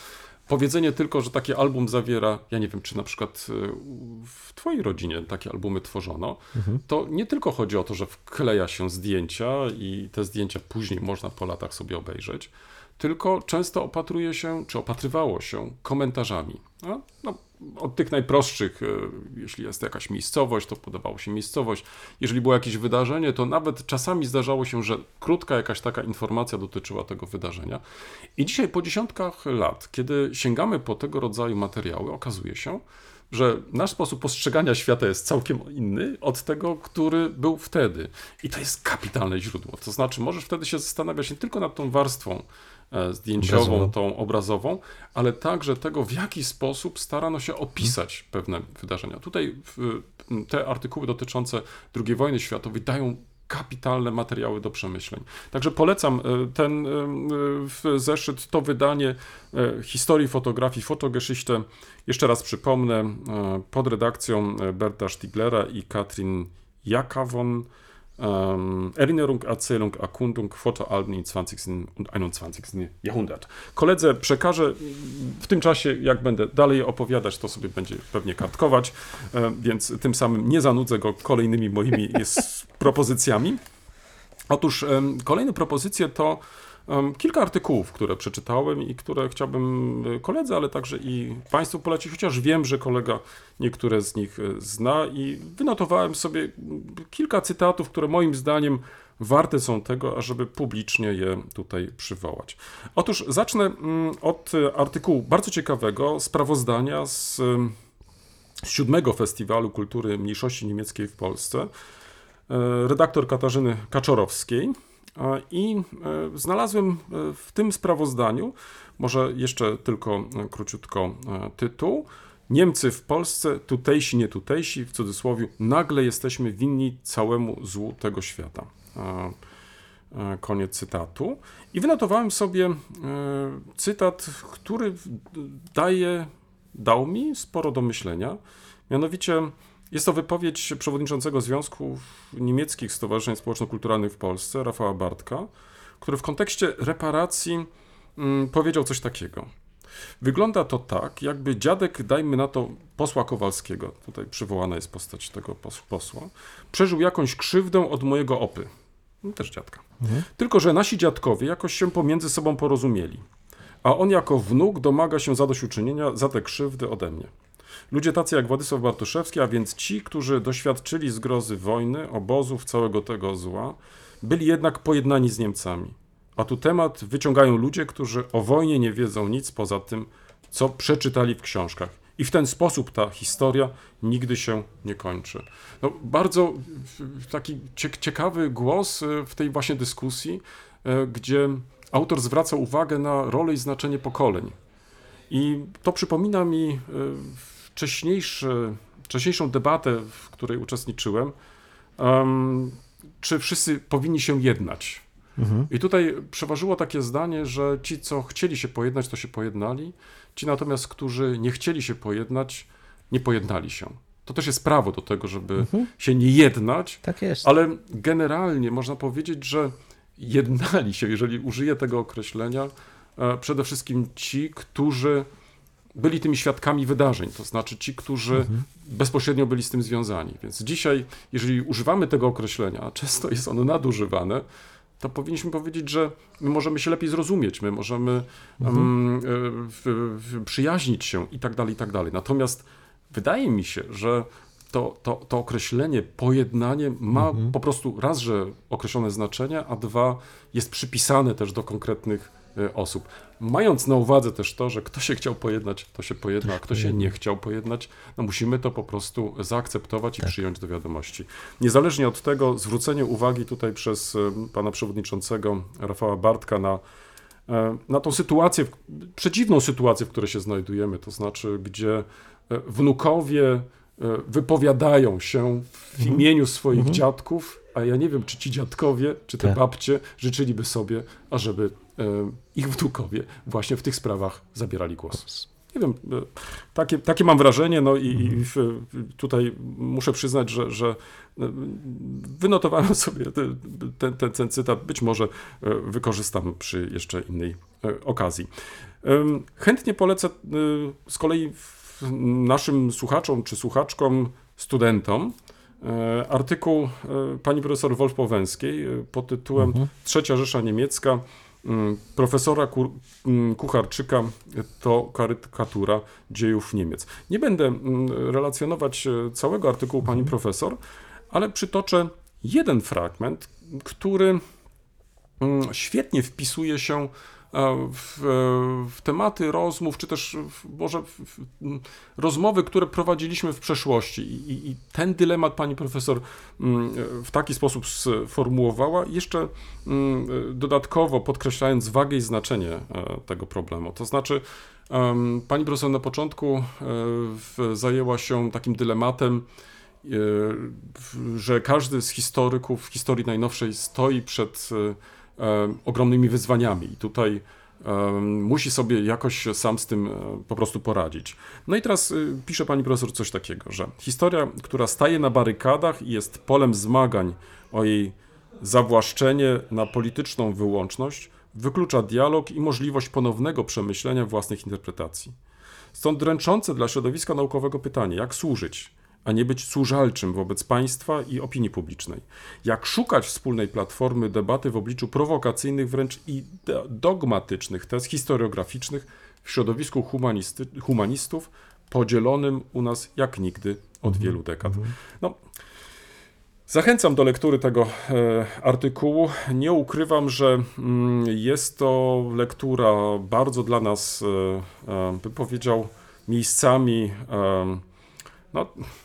powiedzenie tylko, że taki album zawiera, ja nie wiem, czy na przykład w twojej rodzinie takie albumy tworzono, mhm. to nie tylko chodzi o to, że wkleja się zdjęcia i te zdjęcia później można po latach sobie obejrzeć, tylko często opatruje się, czy opatrywało się komentarzami. No, no, od tych najprostszych, jeśli jest jakaś miejscowość, to podawało się miejscowość. Jeżeli było jakieś wydarzenie, to nawet czasami zdarzało się, że krótka jakaś taka informacja dotyczyła tego wydarzenia. I dzisiaj po dziesiątkach lat, kiedy sięgamy po tego rodzaju materiały, okazuje się, że nasz sposób postrzegania świata jest całkiem inny od tego, który był wtedy. I to jest kapitalne źródło. To znaczy, możesz wtedy się zastanawiać nie tylko nad tą warstwą zdjęciową, obrazową. tą obrazową, ale także tego, w jaki sposób starano się opisać pewne wydarzenia. Tutaj te artykuły dotyczące drugiej wojny światowej dają kapitalne materiały do przemyśleń. Także polecam ten zeszyt, to wydanie historii fotografii, Fotogeschichte. Jeszcze raz przypomnę, pod redakcją Berta Stiglera i Katrin Jakawon. Um, Erinnerung, Erzählung, Erkundung, Fotoalben im zwanzigsten und einundzwanzigsten Jahrhundert. Koledze przekażę w tym czasie, jak będę dalej opowiadać, to sobie będzie pewnie kartkować, więc tym samym nie zanudzę go kolejnymi moimi propozycjami. Otóż kolejne propozycje to kilka artykułów, które przeczytałem i które chciałbym koledze, ale także i Państwu polecić, chociaż wiem, że kolega niektóre z nich zna i wynotowałem sobie kilka cytatów, które moim zdaniem warte są tego, ażeby publicznie je tutaj przywołać. Otóż zacznę od artykułu bardzo ciekawego, sprawozdania z, z siódmego Festiwalu Kultury Mniejszości Niemieckiej w Polsce, redaktor Katarzyny Kaczorowskiej. I znalazłem w tym sprawozdaniu, może jeszcze tylko króciutko tytuł, Niemcy w Polsce, tutejsi, nie tutejsi, w cudzysłowie, nagle jesteśmy winni całemu złu tego świata. Koniec cytatu. I wynotowałem sobie cytat, który daje, dał mi sporo do myślenia, mianowicie jest to wypowiedź przewodniczącego Związku Niemieckich Stowarzyszeń Społeczno-Kulturalnych w Polsce, Rafała Bartka, który w kontekście reparacji mm, powiedział coś takiego. Wygląda to tak, jakby dziadek, dajmy na to posła Kowalskiego, tutaj przywołana jest postać tego posła, przeżył jakąś krzywdę od mojego opy, też dziadka. Mhm. Tylko że nasi dziadkowie jakoś się pomiędzy sobą porozumieli, a on jako wnuk domaga się zadośćuczynienia za te krzywdy ode mnie. Ludzie tacy jak Władysław Bartoszewski, a więc ci, którzy doświadczyli zgrozy wojny, obozów, całego tego zła, byli jednak pojednani z Niemcami. A tu temat wyciągają ludzie, którzy o wojnie nie wiedzą nic poza tym, co przeczytali w książkach. I w ten sposób ta historia nigdy się nie kończy. No, bardzo taki ciekawy głos w tej właśnie dyskusji, gdzie autor zwraca uwagę na rolę i znaczenie pokoleń. I to przypomina mi wcześniejszy, wcześniejszą debatę, w której uczestniczyłem, um, czy wszyscy powinni się jednać. Mhm. I tutaj przeważyło takie zdanie, że ci, co chcieli się pojednać, to się pojednali, ci natomiast, którzy nie chcieli się pojednać, nie pojednali się. To też jest prawo do tego, żeby mhm. się nie jednać, tak jest. Ale generalnie można powiedzieć, że jednali się, jeżeli użyję tego określenia, przede wszystkim ci, którzy byli tymi świadkami wydarzeń, to znaczy ci, którzy mhm. bezpośrednio byli z tym związani. Więc dzisiaj, jeżeli używamy tego określenia, a często jest ono nadużywane, to powinniśmy powiedzieć, że my możemy się lepiej zrozumieć, my możemy mhm. um, w, w, przyjaźnić się i tak dalej, i tak dalej. Natomiast wydaje mi się, że to, to, to określenie pojednanie ma mhm. po prostu raz, że określone znaczenie, a dwa, jest przypisane też do konkretnych osób. Mając na uwadze też to, że kto się chciał pojednać, to się pojedna, a kto się nie chciał pojednać, no musimy to po prostu zaakceptować i tak. przyjąć do wiadomości. Niezależnie od tego, zwrócenie uwagi tutaj przez pana przewodniczącego Rafała Bartka na, na tą sytuację, przeciwną sytuację, w której się znajdujemy, to znaczy, gdzie wnukowie wypowiadają się w mhm. imieniu swoich mhm. dziadków, a ja nie wiem, czy ci dziadkowie, czy te tak. babcie życzyliby sobie, ażeby ich wnukowie właśnie w tych sprawach zabierali głos. Nie wiem, takie, takie mam wrażenie, no i, i w, tutaj muszę przyznać, że, że wynotowałem sobie ten, ten, ten cytat, być może wykorzystam przy jeszcze innej okazji. Chętnie polecę z kolei naszym słuchaczom czy słuchaczkom, studentom artykuł pani profesor Wolf-Powęskiej pod tytułem mhm. Trzecia Rzesza Niemiecka profesora Kucharczyka to karykatura dziejów Niemiec. Nie będę relacjonować całego artykułu pani profesor, ale przytoczę jeden fragment, który świetnie wpisuje się w, w tematy rozmów, czy też w, może w, w, rozmowy, które prowadziliśmy w przeszłości. I, I ten dylemat pani profesor w taki sposób sformułowała, jeszcze dodatkowo podkreślając wagę i znaczenie tego problemu. To znaczy, pani profesor na początku zajęła się takim dylematem, że każdy z historyków w historii najnowszej stoi przed ogromnymi wyzwaniami i tutaj musi sobie jakoś sam z tym po prostu poradzić. No i teraz pisze pani profesor coś takiego, że historia, która staje na barykadach i jest polem zmagań o jej zawłaszczenie na polityczną wyłączność, wyklucza dialog i możliwość ponownego przemyślenia własnych interpretacji. Stąd dręczące dla środowiska naukowego pytanie, jak służyć, a nie być służalczym wobec państwa i opinii publicznej. Jak szukać wspólnej platformy debaty w obliczu prowokacyjnych, wręcz i dogmatycznych tez historiograficznych w środowisku humanisty, humanistów, podzielonym u nas jak nigdy od mm-hmm. wielu dekad. No, zachęcam do lektury tego e, artykułu. Nie ukrywam, że mm, jest to lektura bardzo dla nas, e, e, bym powiedział, miejscami e, no,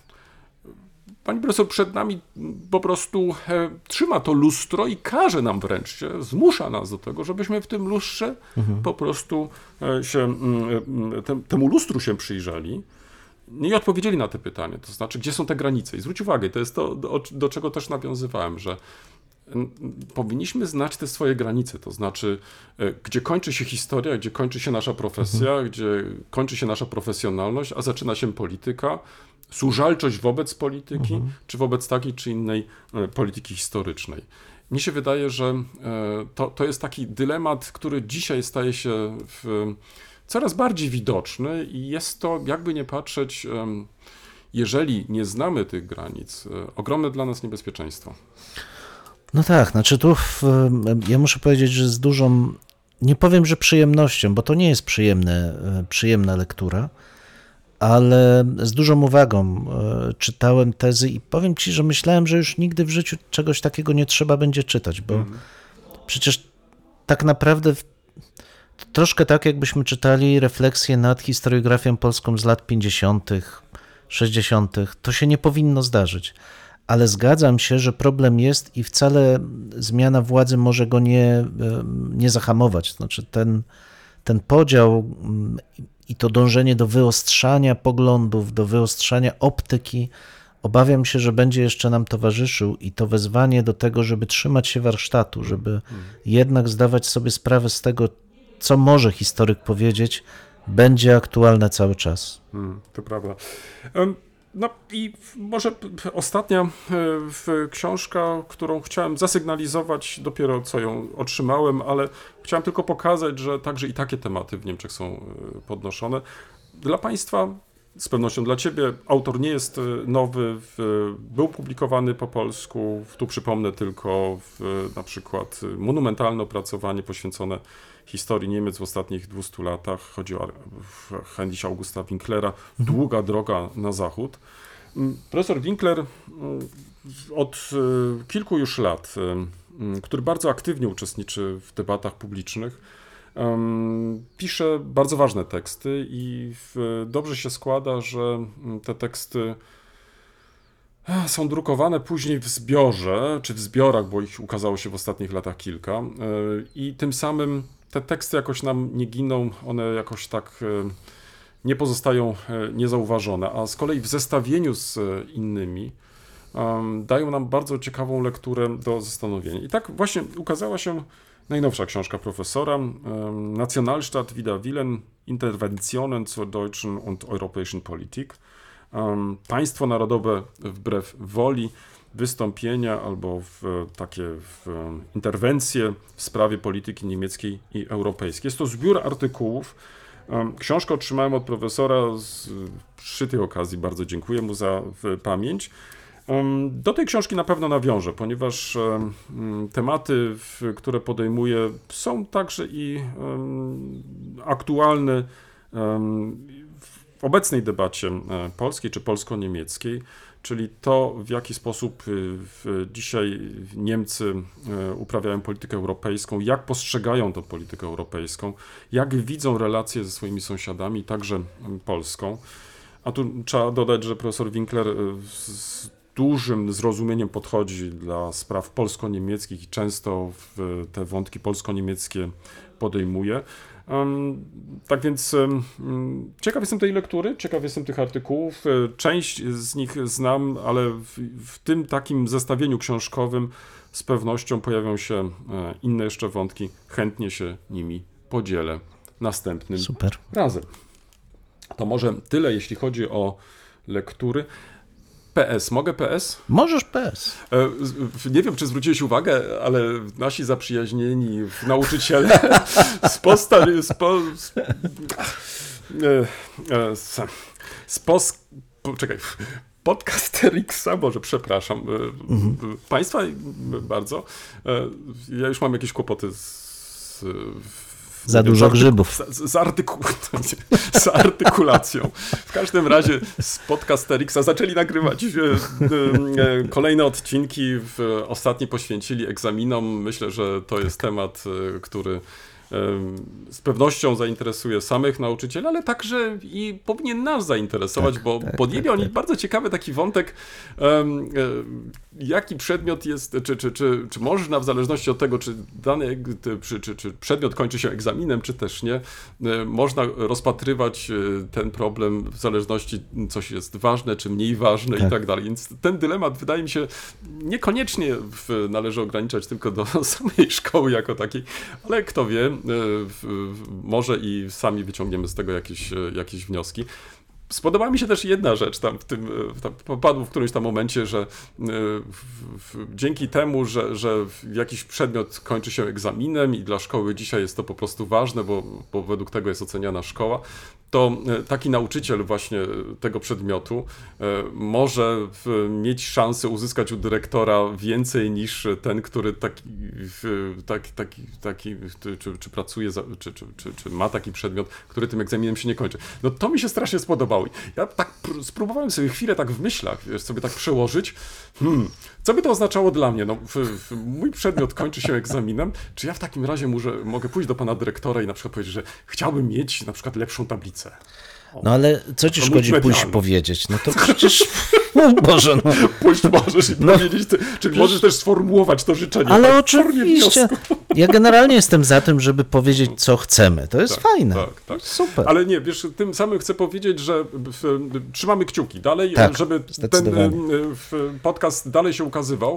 pani profesor przed nami po prostu e, trzyma to lustro i każe nam wręcz, zmusza nas do tego, żebyśmy w tym lustrze mhm. po prostu e, się, e, tem, temu lustru się przyjrzeli i odpowiedzieli na te pytania, to znaczy, gdzie są te granice. I zwróć uwagę, to jest to, do, do czego też nawiązywałem, że powinniśmy znać te swoje granice, to znaczy, gdzie kończy się historia, gdzie kończy się nasza profesja, mhm. gdzie kończy się nasza profesjonalność, a zaczyna się polityka, służalczość wobec polityki, mhm. czy wobec takiej czy innej polityki historycznej. Mnie się wydaje, że to, to jest taki dylemat, który dzisiaj staje się w, coraz bardziej widoczny i jest to, jakby nie patrzeć, jeżeli nie znamy tych granic, ogromne dla nas niebezpieczeństwo. No tak, znaczy tu w, ja muszę powiedzieć, że z dużą, nie powiem, że przyjemnością, bo to nie jest przyjemne, przyjemna lektura, ale z dużą uwagą czytałem tezy i powiem ci, że myślałem, że już nigdy w życiu czegoś takiego nie trzeba będzie czytać, bo mhm. przecież tak naprawdę troszkę tak, jakbyśmy czytali refleksję nad historiografią polską z lat pięćdziesiątych, sześćdziesiątych, to się nie powinno zdarzyć. Ale zgadzam się, że problem jest i wcale zmiana władzy może go nie, nie zahamować. Znaczy ten, ten podział i to dążenie do wyostrzania poglądów, do wyostrzania optyki, obawiam się, że będzie jeszcze nam towarzyszył i to wezwanie do tego, żeby trzymać się warsztatu, żeby hmm. jednak zdawać sobie sprawę z tego, co może historyk powiedzieć, będzie aktualne cały czas. Hmm, to prawda. Um... No i może ostatnia książka, którą chciałem zasygnalizować, dopiero co ją otrzymałem, ale chciałem tylko pokazać, że także i takie tematy w Niemczech są podnoszone. Dla Państwa, z pewnością dla Ciebie, autor nie jest nowy, był publikowany po polsku, tu przypomnę tylko w, na przykład monumentalne opracowanie poświęcone historii Niemiec w ostatnich dwustu latach. Chodzi o Heinricha Augusta Winklera, Długa droga na zachód. Profesor Winkler od kilku już lat, który bardzo aktywnie uczestniczy w debatach publicznych, pisze bardzo ważne teksty i dobrze się składa, że te teksty są drukowane później w zbiorze, czy w zbiorach, bo ich ukazało się w ostatnich latach kilka i tym samym te teksty jakoś nam nie giną, one jakoś tak nie pozostają niezauważone, a z kolei w zestawieniu z innymi dają nam bardzo ciekawą lekturę do zastanowienia. I tak właśnie ukazała się Najnowsza książka profesora, um, Nationalstaat wider Willen, Interventionen zur deutschen und europäischen Politik. Um, państwo narodowe wbrew woli, wystąpienia albo w, takie w, interwencje w sprawie polityki niemieckiej i europejskiej. Jest to zbiór artykułów. Um, książkę otrzymałem od profesora z, przy tej okazji, bardzo dziękuję mu za w, pamięć. Do tej książki na pewno nawiążę, ponieważ tematy, które podejmuję, są także i aktualne w obecnej debacie polskiej czy polsko-niemieckiej, czyli to, w jaki sposób dzisiaj Niemcy uprawiają politykę europejską, jak postrzegają tę politykę europejską, jak widzą relacje ze swoimi sąsiadami, także Polską. A tu trzeba dodać, że profesor Winkler z dużym zrozumieniem podchodzi dla spraw polsko-niemieckich i często w te wątki polsko-niemieckie podejmuje. Um, tak więc um, ciekaw jestem tej lektury, ciekaw jestem tych artykułów. Część z nich znam, ale w, w tym takim zestawieniu książkowym z pewnością pojawią się inne jeszcze wątki. Chętnie się nimi podzielę następnym Super. razem. To może tyle, jeśli chodzi o lektury. P S. Mogę P S? Możesz P S. Nie wiem, czy zwróciłeś uwagę, ale nasi zaprzyjaźnieni nauczyciele z posta... Z po, z, z, z pos, czekaj, Podcasterixa, może przepraszam, mhm. Państwa bardzo. Ja już mam jakieś kłopoty z... Za dużo grzybów. Z, z, artyku... z artykulacją. W każdym razie z Podcasterixa zaczęli nagrywać e, e, kolejne odcinki. W, ostatni poświęcili egzaminom. Myślę, że to jest tak. temat, e, który z pewnością zainteresuje samych nauczycieli, ale także i powinien nas zainteresować, tak, bo tak, podjęli tak, oni tak. bardzo ciekawy taki wątek, um, jaki przedmiot jest, czy, czy, czy, czy można w zależności od tego, czy dany czy, czy, czy przedmiot kończy się egzaminem, czy też nie, można rozpatrywać ten problem w zależności, coś jest ważne, czy mniej ważne tak. i tak dalej. Więc ten dylemat wydaje mi się niekoniecznie w, należy ograniczać tylko do samej szkoły jako takiej, ale kto wie, może i sami wyciągniemy z tego jakieś, jakieś wnioski. Spodobała mi się też jedna rzecz tam w tym, tam popadł w którymś tam momencie, że w, w, dzięki temu, że, że jakiś przedmiot kończy się egzaminem i dla szkoły dzisiaj jest to po prostu ważne, bo, bo według tego jest oceniana szkoła, to taki nauczyciel właśnie tego przedmiotu może mieć szansę uzyskać u dyrektora więcej niż ten, który taki, taki, taki, taki czy, czy pracuje, za, czy, czy, czy, czy ma taki przedmiot, który tym egzaminem się nie kończy. No to mi się strasznie spodobało. Ja tak pr- spróbowałem sobie chwilę tak w myślach, wiesz, sobie tak przełożyć, hmm, co by to oznaczało dla mnie? No, w, w, mój przedmiot kończy się egzaminem, czy ja w takim razie może, mogę pójść do pana dyrektora i na przykład powiedzieć, że chciałbym mieć na przykład lepszą tablicę. O, no ale co ci szkodzi pójść medialny. powiedzieć? No to przecież, no Boże, no. Pójść możesz i no, powiedzieć, ty, czy przecież... możesz też sformułować to życzenie. Ale tak, oczywiście, ja generalnie jestem za tym, żeby powiedzieć, co chcemy. To jest tak, fajne. Tak, tak. Super. Ale nie, wiesz, tym samym chcę powiedzieć, że w, trzymamy kciuki dalej, tak, żeby ten w, podcast dalej się ukazywał.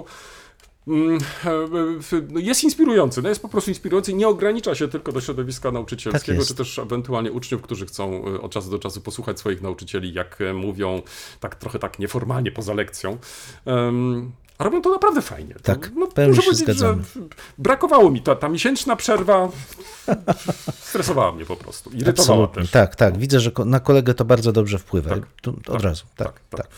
Jest inspirujący, no jest po prostu inspirujący i nie ogranicza się tylko do środowiska nauczycielskiego, tak czy też ewentualnie uczniów, którzy chcą od czasu do czasu posłuchać swoich nauczycieli, jak mówią, tak trochę tak nieformalnie poza lekcją. Um, a robią to naprawdę fajnie. Tak, no, pełni się zgadzamy. Brakowało mi, ta, ta miesięczna przerwa stresowała mnie po prostu, irytowała Absolutnie. też. Tak, tak, widzę, że na kolegę to bardzo dobrze wpływa. Tak, tu, od tak, razu, tak, tak. tak. tak.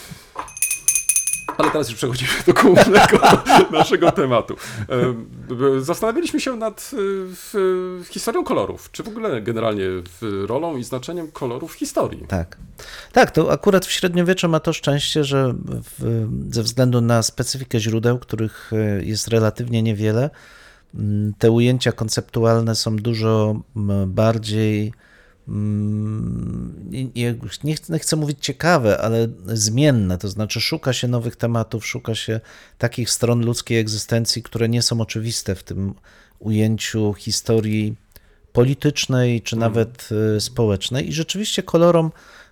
Ale teraz już przechodzimy do głównego naszego tematu. Zastanawialiśmy się nad historią kolorów, czy w ogóle generalnie rolą i znaczeniem kolorów w historii. Tak, tak, to akurat w średniowieczu ma to szczęście, że w, ze względu na specyfikę źródeł, których jest relatywnie niewiele, te ujęcia konceptualne są dużo bardziej... Nie chcę, nie chcę mówić ciekawe, ale zmienne, to znaczy szuka się nowych tematów, szuka się takich stron ludzkiej egzystencji, które nie są oczywiste w tym ujęciu historii politycznej, czy nawet społecznej i rzeczywiście kolorom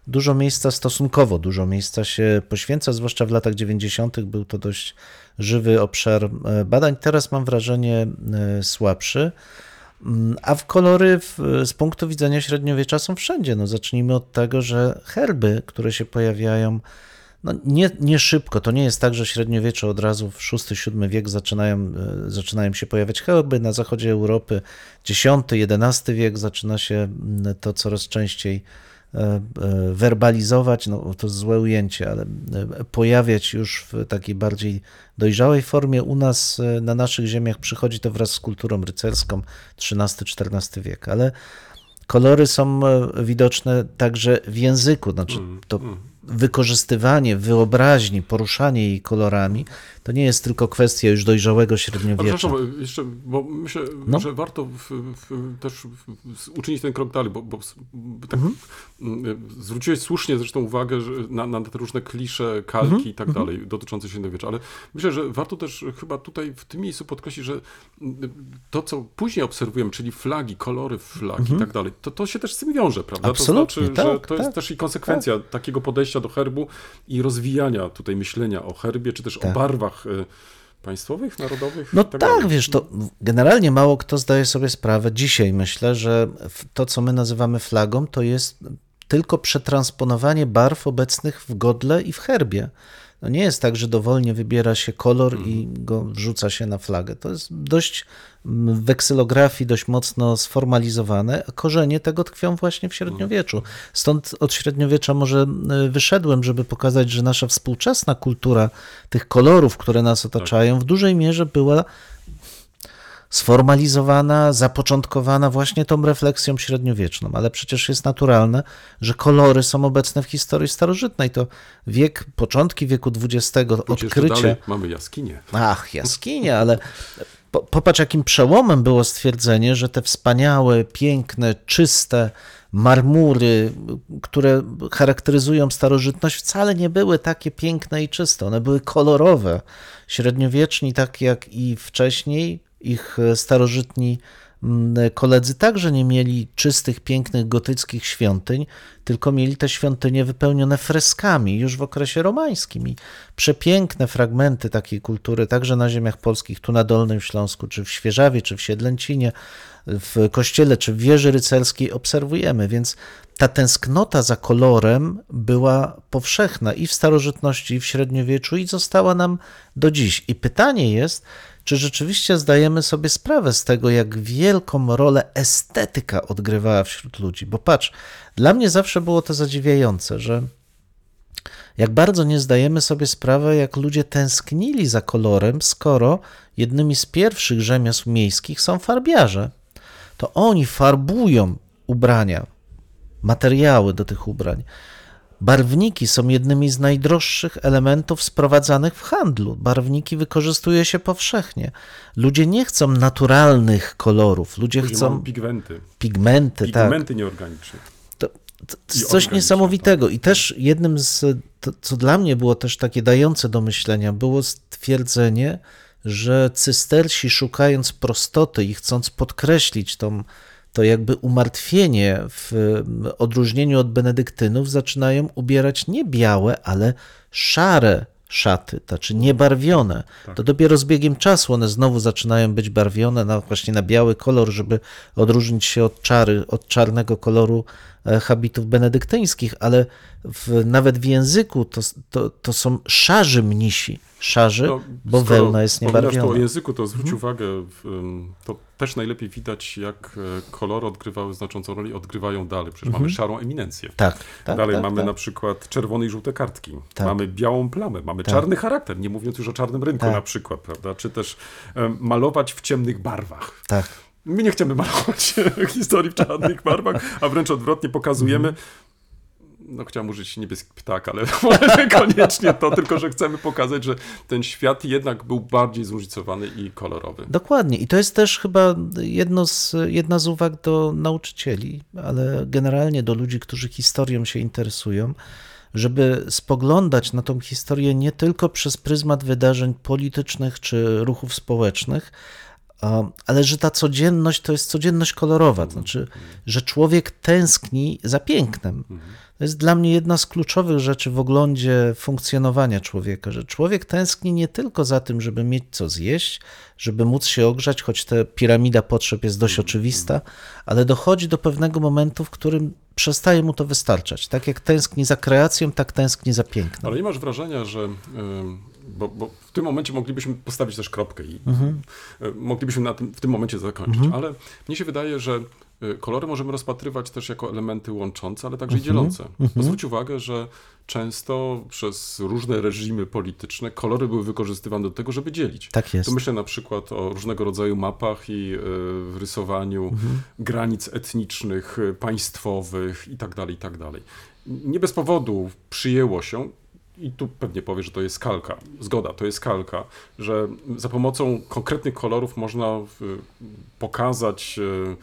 dużo miejsca, stosunkowo dużo miejsca się poświęca, zwłaszcza w latach dziewięćdziesiątych był to dość żywy obszar badań. Teraz mam wrażenie słabszy. A w kolory w, z punktu widzenia średniowiecza są wszędzie. No, zacznijmy od tego, że herby, które się pojawiają, no nie, nie szybko. To nie jest tak, że średniowiecze od razu w szósty siódmy wiek zaczynają, zaczynają się pojawiać herby. Na zachodzie Europy dziesiąty jedenasty wiek zaczyna się to coraz częściej werbalizować, no to złe ujęcie, ale pojawiać już w takiej bardziej dojrzałej formie. U nas na naszych ziemiach przychodzi to wraz z kulturą rycerską, trzynasty czternasty wiek, ale kolory są widoczne także w języku, znaczy to wykorzystywanie wyobraźni, poruszanie jej kolorami, to nie jest tylko kwestia już dojrzałego średniowiecza. Przepraszam, jeszcze, bo myślę, no. że warto w, w, też w, uczynić ten krok dalej, bo, bo, bo tak mhm. zwróciłeś słusznie zresztą uwagę że na, na te różne klisze, kalki mhm. i tak dalej dotyczące średniowiecza, ale myślę, że warto też chyba tutaj w tym miejscu podkreślić, że to, co później obserwujemy, czyli flagi, kolory flagi mhm. i tak dalej, to, to się też z tym wiąże, prawda? Absolutnie, to znaczy, tak, że to tak, jest też i konsekwencja tak. takiego podejścia do herbu i rozwijania tutaj myślenia o herbie, czy też tak. o barwach państwowych, narodowych? No tak, tak wiesz, to generalnie mało kto zdaje sobie sprawę. Dzisiaj myślę, że to, co my nazywamy flagą, to jest tylko przetransponowanie barw obecnych w godle i w herbie. No nie jest tak, że dowolnie wybiera się kolor hmm. i go wrzuca się na flagę. To jest dość w weksylografii dość mocno sformalizowane, a korzenie tego tkwią właśnie w średniowieczu. Stąd od średniowiecza może wyszedłem, żeby pokazać, że nasza współczesna kultura tych kolorów, które nas otaczają, w dużej mierze była sformalizowana, zapoczątkowana właśnie tą refleksją średniowieczną, ale przecież jest naturalne, że kolory są obecne w historii starożytnej. To wiek, początki wieku dwudziestego, odkrycie... Dalej mamy jaskinie. Ach, jaskinie, ale popatrz, jakim przełomem było stwierdzenie, że te wspaniałe, piękne, czyste marmury, które charakteryzują starożytność, wcale nie były takie piękne i czyste. One były kolorowe. Średniowieczni, tak jak i wcześniej, ich starożytni koledzy także nie mieli czystych, pięknych, gotyckich świątyń, tylko mieli te świątynie wypełnione freskami już w okresie romańskim. I przepiękne fragmenty takiej kultury, także na ziemiach polskich, tu na Dolnym Śląsku, czy w Świeżawie, czy w Siedlęcinie, w kościele, czy w wieży rycerskiej obserwujemy, więc ta tęsknota za kolorem była powszechna i w starożytności, i w średniowieczu i została nam do dziś. I pytanie jest, czy rzeczywiście zdajemy sobie sprawę z tego, jak wielką rolę estetyka odgrywała wśród ludzi? Bo patrz, dla mnie zawsze było to zadziwiające, że jak bardzo nie zdajemy sobie sprawy, jak ludzie tęsknili za kolorem, skoro jednymi z pierwszych rzemiosł miejskich są farbiarze. To oni farbują ubrania, materiały do tych ubrań. Barwniki są jednymi z najdroższych elementów sprowadzanych w handlu. Barwniki wykorzystuje się powszechnie. Ludzie nie chcą naturalnych kolorów. Ludzie Ludzie chcą pigmenty. Pigmenty, Pigmenty tak. nieorganiczne. To, to, to jest coś niesamowitego. I też jednym z, to, co dla mnie było też takie dające do myślenia, było stwierdzenie, że cystersi, szukając prostoty i chcąc podkreślić tą to jakby umartwienie w odróżnieniu od benedyktynów zaczynają ubierać nie białe, ale szare szaty, znaczy niebarwione. Tak. To dopiero z biegiem czasu one znowu zaczynają być barwione na, właśnie na biały kolor, żeby odróżnić się od czary, od czarnego koloru habitów benedyktyńskich, ale w, nawet w języku to, to, to są szarzy mnisi. Szarzy, no, bo wełna jest niebarwiona. O języku, to zwróć hmm. uwagę, to też najlepiej widać, jak kolory odgrywały znaczącą rolę i odgrywają dalej. Przecież hmm. mamy szarą eminencję. Tak, tak, dalej tak, mamy tak. na przykład czerwone i żółte kartki. Tak. Mamy białą plamę, mamy tak. czarny charakter, nie mówiąc już o czarnym rynku tak. na przykład, prawda? Czy też um, malować w ciemnych barwach. Tak. My nie chcemy malować historii w czarnych barwach, a wręcz odwrotnie pokazujemy, hmm. no chciałem użyć niebieski ptak, ale niekoniecznie to, tylko że chcemy pokazać, że ten świat jednak był bardziej zróżnicowany i kolorowy. Dokładnie. I to jest też chyba jedno z, jedna z uwag do nauczycieli, ale generalnie do ludzi, którzy historią się interesują, żeby spoglądać na tą historię nie tylko przez pryzmat wydarzeń politycznych czy ruchów społecznych, ale że ta codzienność to jest codzienność kolorowa, to znaczy, że człowiek tęskni za pięknem. To jest dla mnie jedna z kluczowych rzeczy w oglądzie funkcjonowania człowieka, że człowiek tęskni nie tylko za tym, żeby mieć co zjeść, żeby móc się ogrzać, choć ta piramida potrzeb jest dość oczywista, ale dochodzi do pewnego momentu, w którym przestaje mu to wystarczać. Tak jak tęskni za kreacją, tak tęskni za pięknem. Ale nie masz wrażenia, że... Yy... Bo, bo w tym momencie moglibyśmy postawić też kropkę i mhm. moglibyśmy na tym, w tym momencie zakończyć, mhm. ale mnie się wydaje, że kolory możemy rozpatrywać też jako elementy łączące, ale także mhm. i dzielące. Mhm. Zwróć uwagę, że często przez różne reżimy polityczne kolory były wykorzystywane do tego, żeby dzielić. Tak jest. Tu myślę na przykład o różnego rodzaju mapach i y, rysowaniu mhm. granic etnicznych, państwowych i tak dalej, i tak dalej. Nie bez powodu przyjęło się, i tu pewnie powie, że to jest kalka. Zgoda, to jest kalka, że za pomocą konkretnych kolorów można pokazać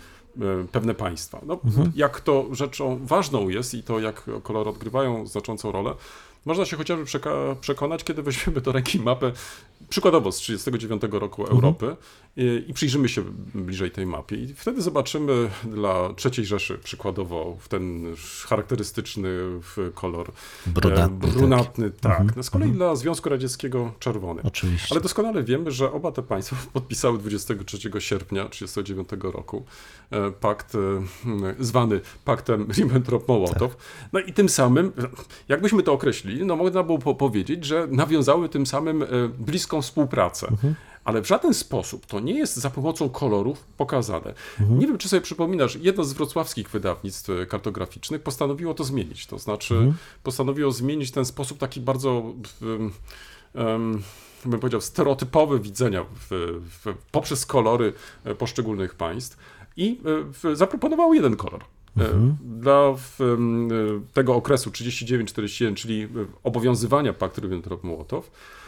pewne państwa. No, mhm. Jak to rzeczą ważną jest i to jak kolory odgrywają znaczącą rolę, można się chociażby przeka- przekonać, kiedy weźmiemy do ręki mapę, przykładowo z tysiąc dziewięćset trzydziestego dziewiątego roku mhm. Europy i, i przyjrzymy się bliżej tej mapie. I wtedy zobaczymy dla trzeciej Rzeszy przykładowo w ten charakterystyczny kolor brunatny. E, brunatny tak. tak. Mhm. No z kolei mhm. dla Związku Radzieckiego czerwony. Oczywiście. Ale doskonale wiemy, że oba te państwa podpisały dwudziestego trzeciego sierpnia tysiąc dziewięćset trzydziestego dziewiątego roku e, pakt e, zwany paktem Ribbentrop-Mołotow. Tak. No i tym samym, jakbyśmy to określili, no można było powiedzieć, że nawiązały tym samym bliską współpracę. Mhm. Ale w żaden sposób to nie jest za pomocą kolorów pokazane. Mhm. Nie wiem, czy sobie przypominasz, jedno z wrocławskich wydawnictw kartograficznych postanowiło to zmienić. To znaczy mhm. postanowiło zmienić ten sposób taki bardzo, um, um, bym powiedział, stereotypowy widzenia w, w, poprzez kolory poszczególnych państw i w, zaproponowało jeden kolor. Mhm. Dla w, tego okresu trzydzieści dziewięć czterdzieści jeden, czyli obowiązywania paktu Ribbentrop-Mołotow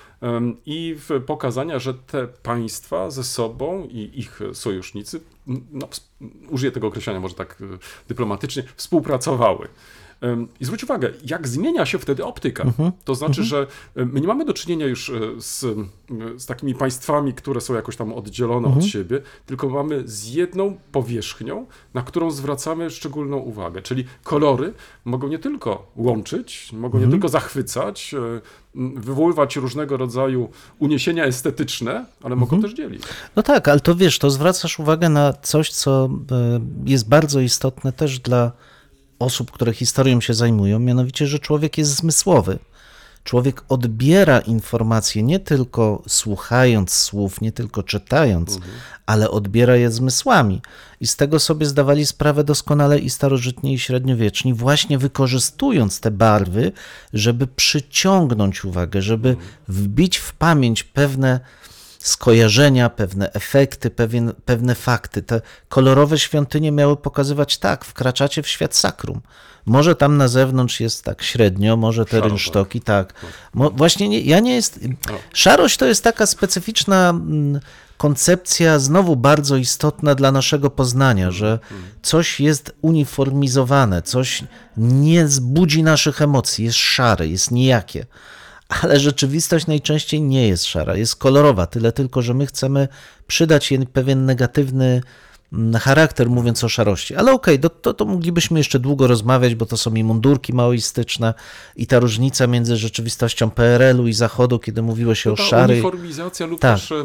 i w pokazania, że te państwa ze sobą i ich sojusznicy, no, użyję tego określenia może tak dyplomatycznie, współpracowały. I zwróć uwagę, jak zmienia się wtedy optyka. Mhm. To znaczy, mhm. że my nie mamy do czynienia już z, z takimi państwami, które są jakoś tam oddzielone mhm. od siebie, tylko mamy z jedną powierzchnią, na którą zwracamy szczególną uwagę. Czyli kolory mogą nie tylko łączyć, mogą mhm. nie tylko zachwycać, wywoływać różnego rodzaju uniesienia estetyczne, ale mogą mhm. też dzielić. No tak, ale to wiesz, to zwracasz uwagę na coś, co jest bardzo istotne też dla osób, które historią się zajmują, mianowicie, że człowiek jest zmysłowy. Człowiek odbiera informacje nie tylko słuchając słów, nie tylko czytając, mhm. ale odbiera je zmysłami. I z tego sobie zdawali sprawę doskonale i starożytni, i średniowieczni, właśnie wykorzystując te barwy, żeby przyciągnąć uwagę, żeby mhm. wbić w pamięć pewne skojarzenia, pewne efekty, pewien, pewne fakty. Te kolorowe świątynie miały pokazywać tak, wkraczacie w świat sakrum. Może tam na zewnątrz jest tak średnio, może te Szaro, rynsztoki, tak. tak. Mo, właśnie nie, ja nie jest... Szarość to jest taka specyficzna koncepcja, znowu bardzo istotna dla naszego poznania, że coś jest uniformizowane, coś nie wzbudzi naszych emocji, jest szare, jest nijakie. Ale rzeczywistość najczęściej nie jest szara, jest kolorowa, tyle tylko, że my chcemy przydać jej pewien negatywny charakter, mówiąc o szarości. Ale okej, okay, to, to moglibyśmy jeszcze długo rozmawiać, bo to są i mundurki maoistyczne i ta różnica między rzeczywistością P R L u i Zachodu, kiedy mówiło się to o szarej... uniformizacja lub tak. też... E,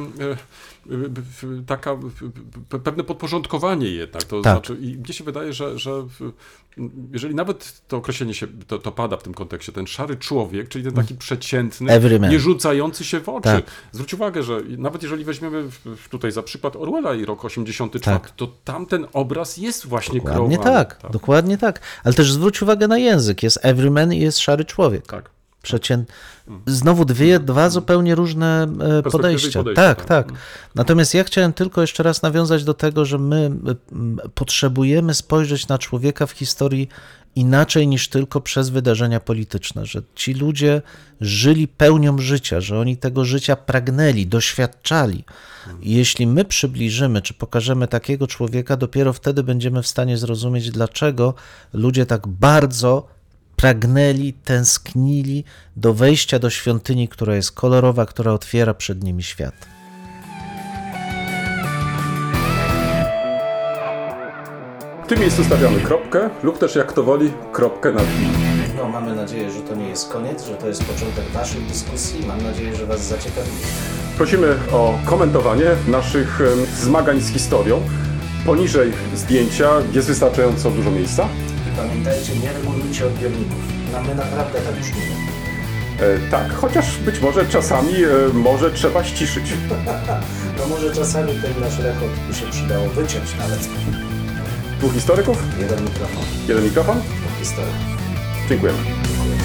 taka pewne podporządkowanie jednak, to tak. znaczy, i mnie się wydaje, że, że jeżeli nawet to określenie się, to, to pada w tym kontekście, ten szary człowiek, czyli ten taki przeciętny, nie rzucający się w oczy. Tak. Zwróć uwagę, że nawet jeżeli weźmiemy tutaj za przykład Orwella i rok osiemdziesiąty czwarty, tak. to tamten obraz jest właśnie dokładnie kreowany. Tak, tak, dokładnie tak. Ale też zwróć uwagę na język. Jest everyman i jest szary człowiek. Tak. Przecię... Znowu dwie, dwa zupełnie różne podejścia. podejścia. Tak, tak. Natomiast ja chciałem tylko jeszcze raz nawiązać do tego, że my potrzebujemy spojrzeć na człowieka w historii inaczej niż tylko przez wydarzenia polityczne, że ci ludzie żyli pełnią życia, że oni tego życia pragnęli, doświadczali. I jeśli my przybliżymy, czy pokażemy takiego człowieka, dopiero wtedy będziemy w stanie zrozumieć, dlaczego ludzie tak bardzo pragnęli, tęsknili do wejścia do świątyni, która jest kolorowa, która otwiera przed nimi świat. W tym miejscu stawiamy kropkę lub też jak kto woli kropkę nad i. No, mamy nadzieję, że to nie jest koniec, że to jest początek Waszych dyskusji. Mam nadzieję, że Was zaciekawili. Prosimy o komentowanie naszych em, zmagań z historią. Poniżej zdjęcia jest wystarczająco dużo miejsca. I pamiętajcie, nie regulujcie odbiorników. No, my naprawdę tak brzmimy. E, tak, chociaż być może czasami e, może trzeba ściszyć. No może czasami ten nasz rekord by się przydało wyciąć nawet. Dwóch historyków, Jeden mikrofon, jeden mikrofon. dwóch historyków. Dziękujemy. Dziękuję.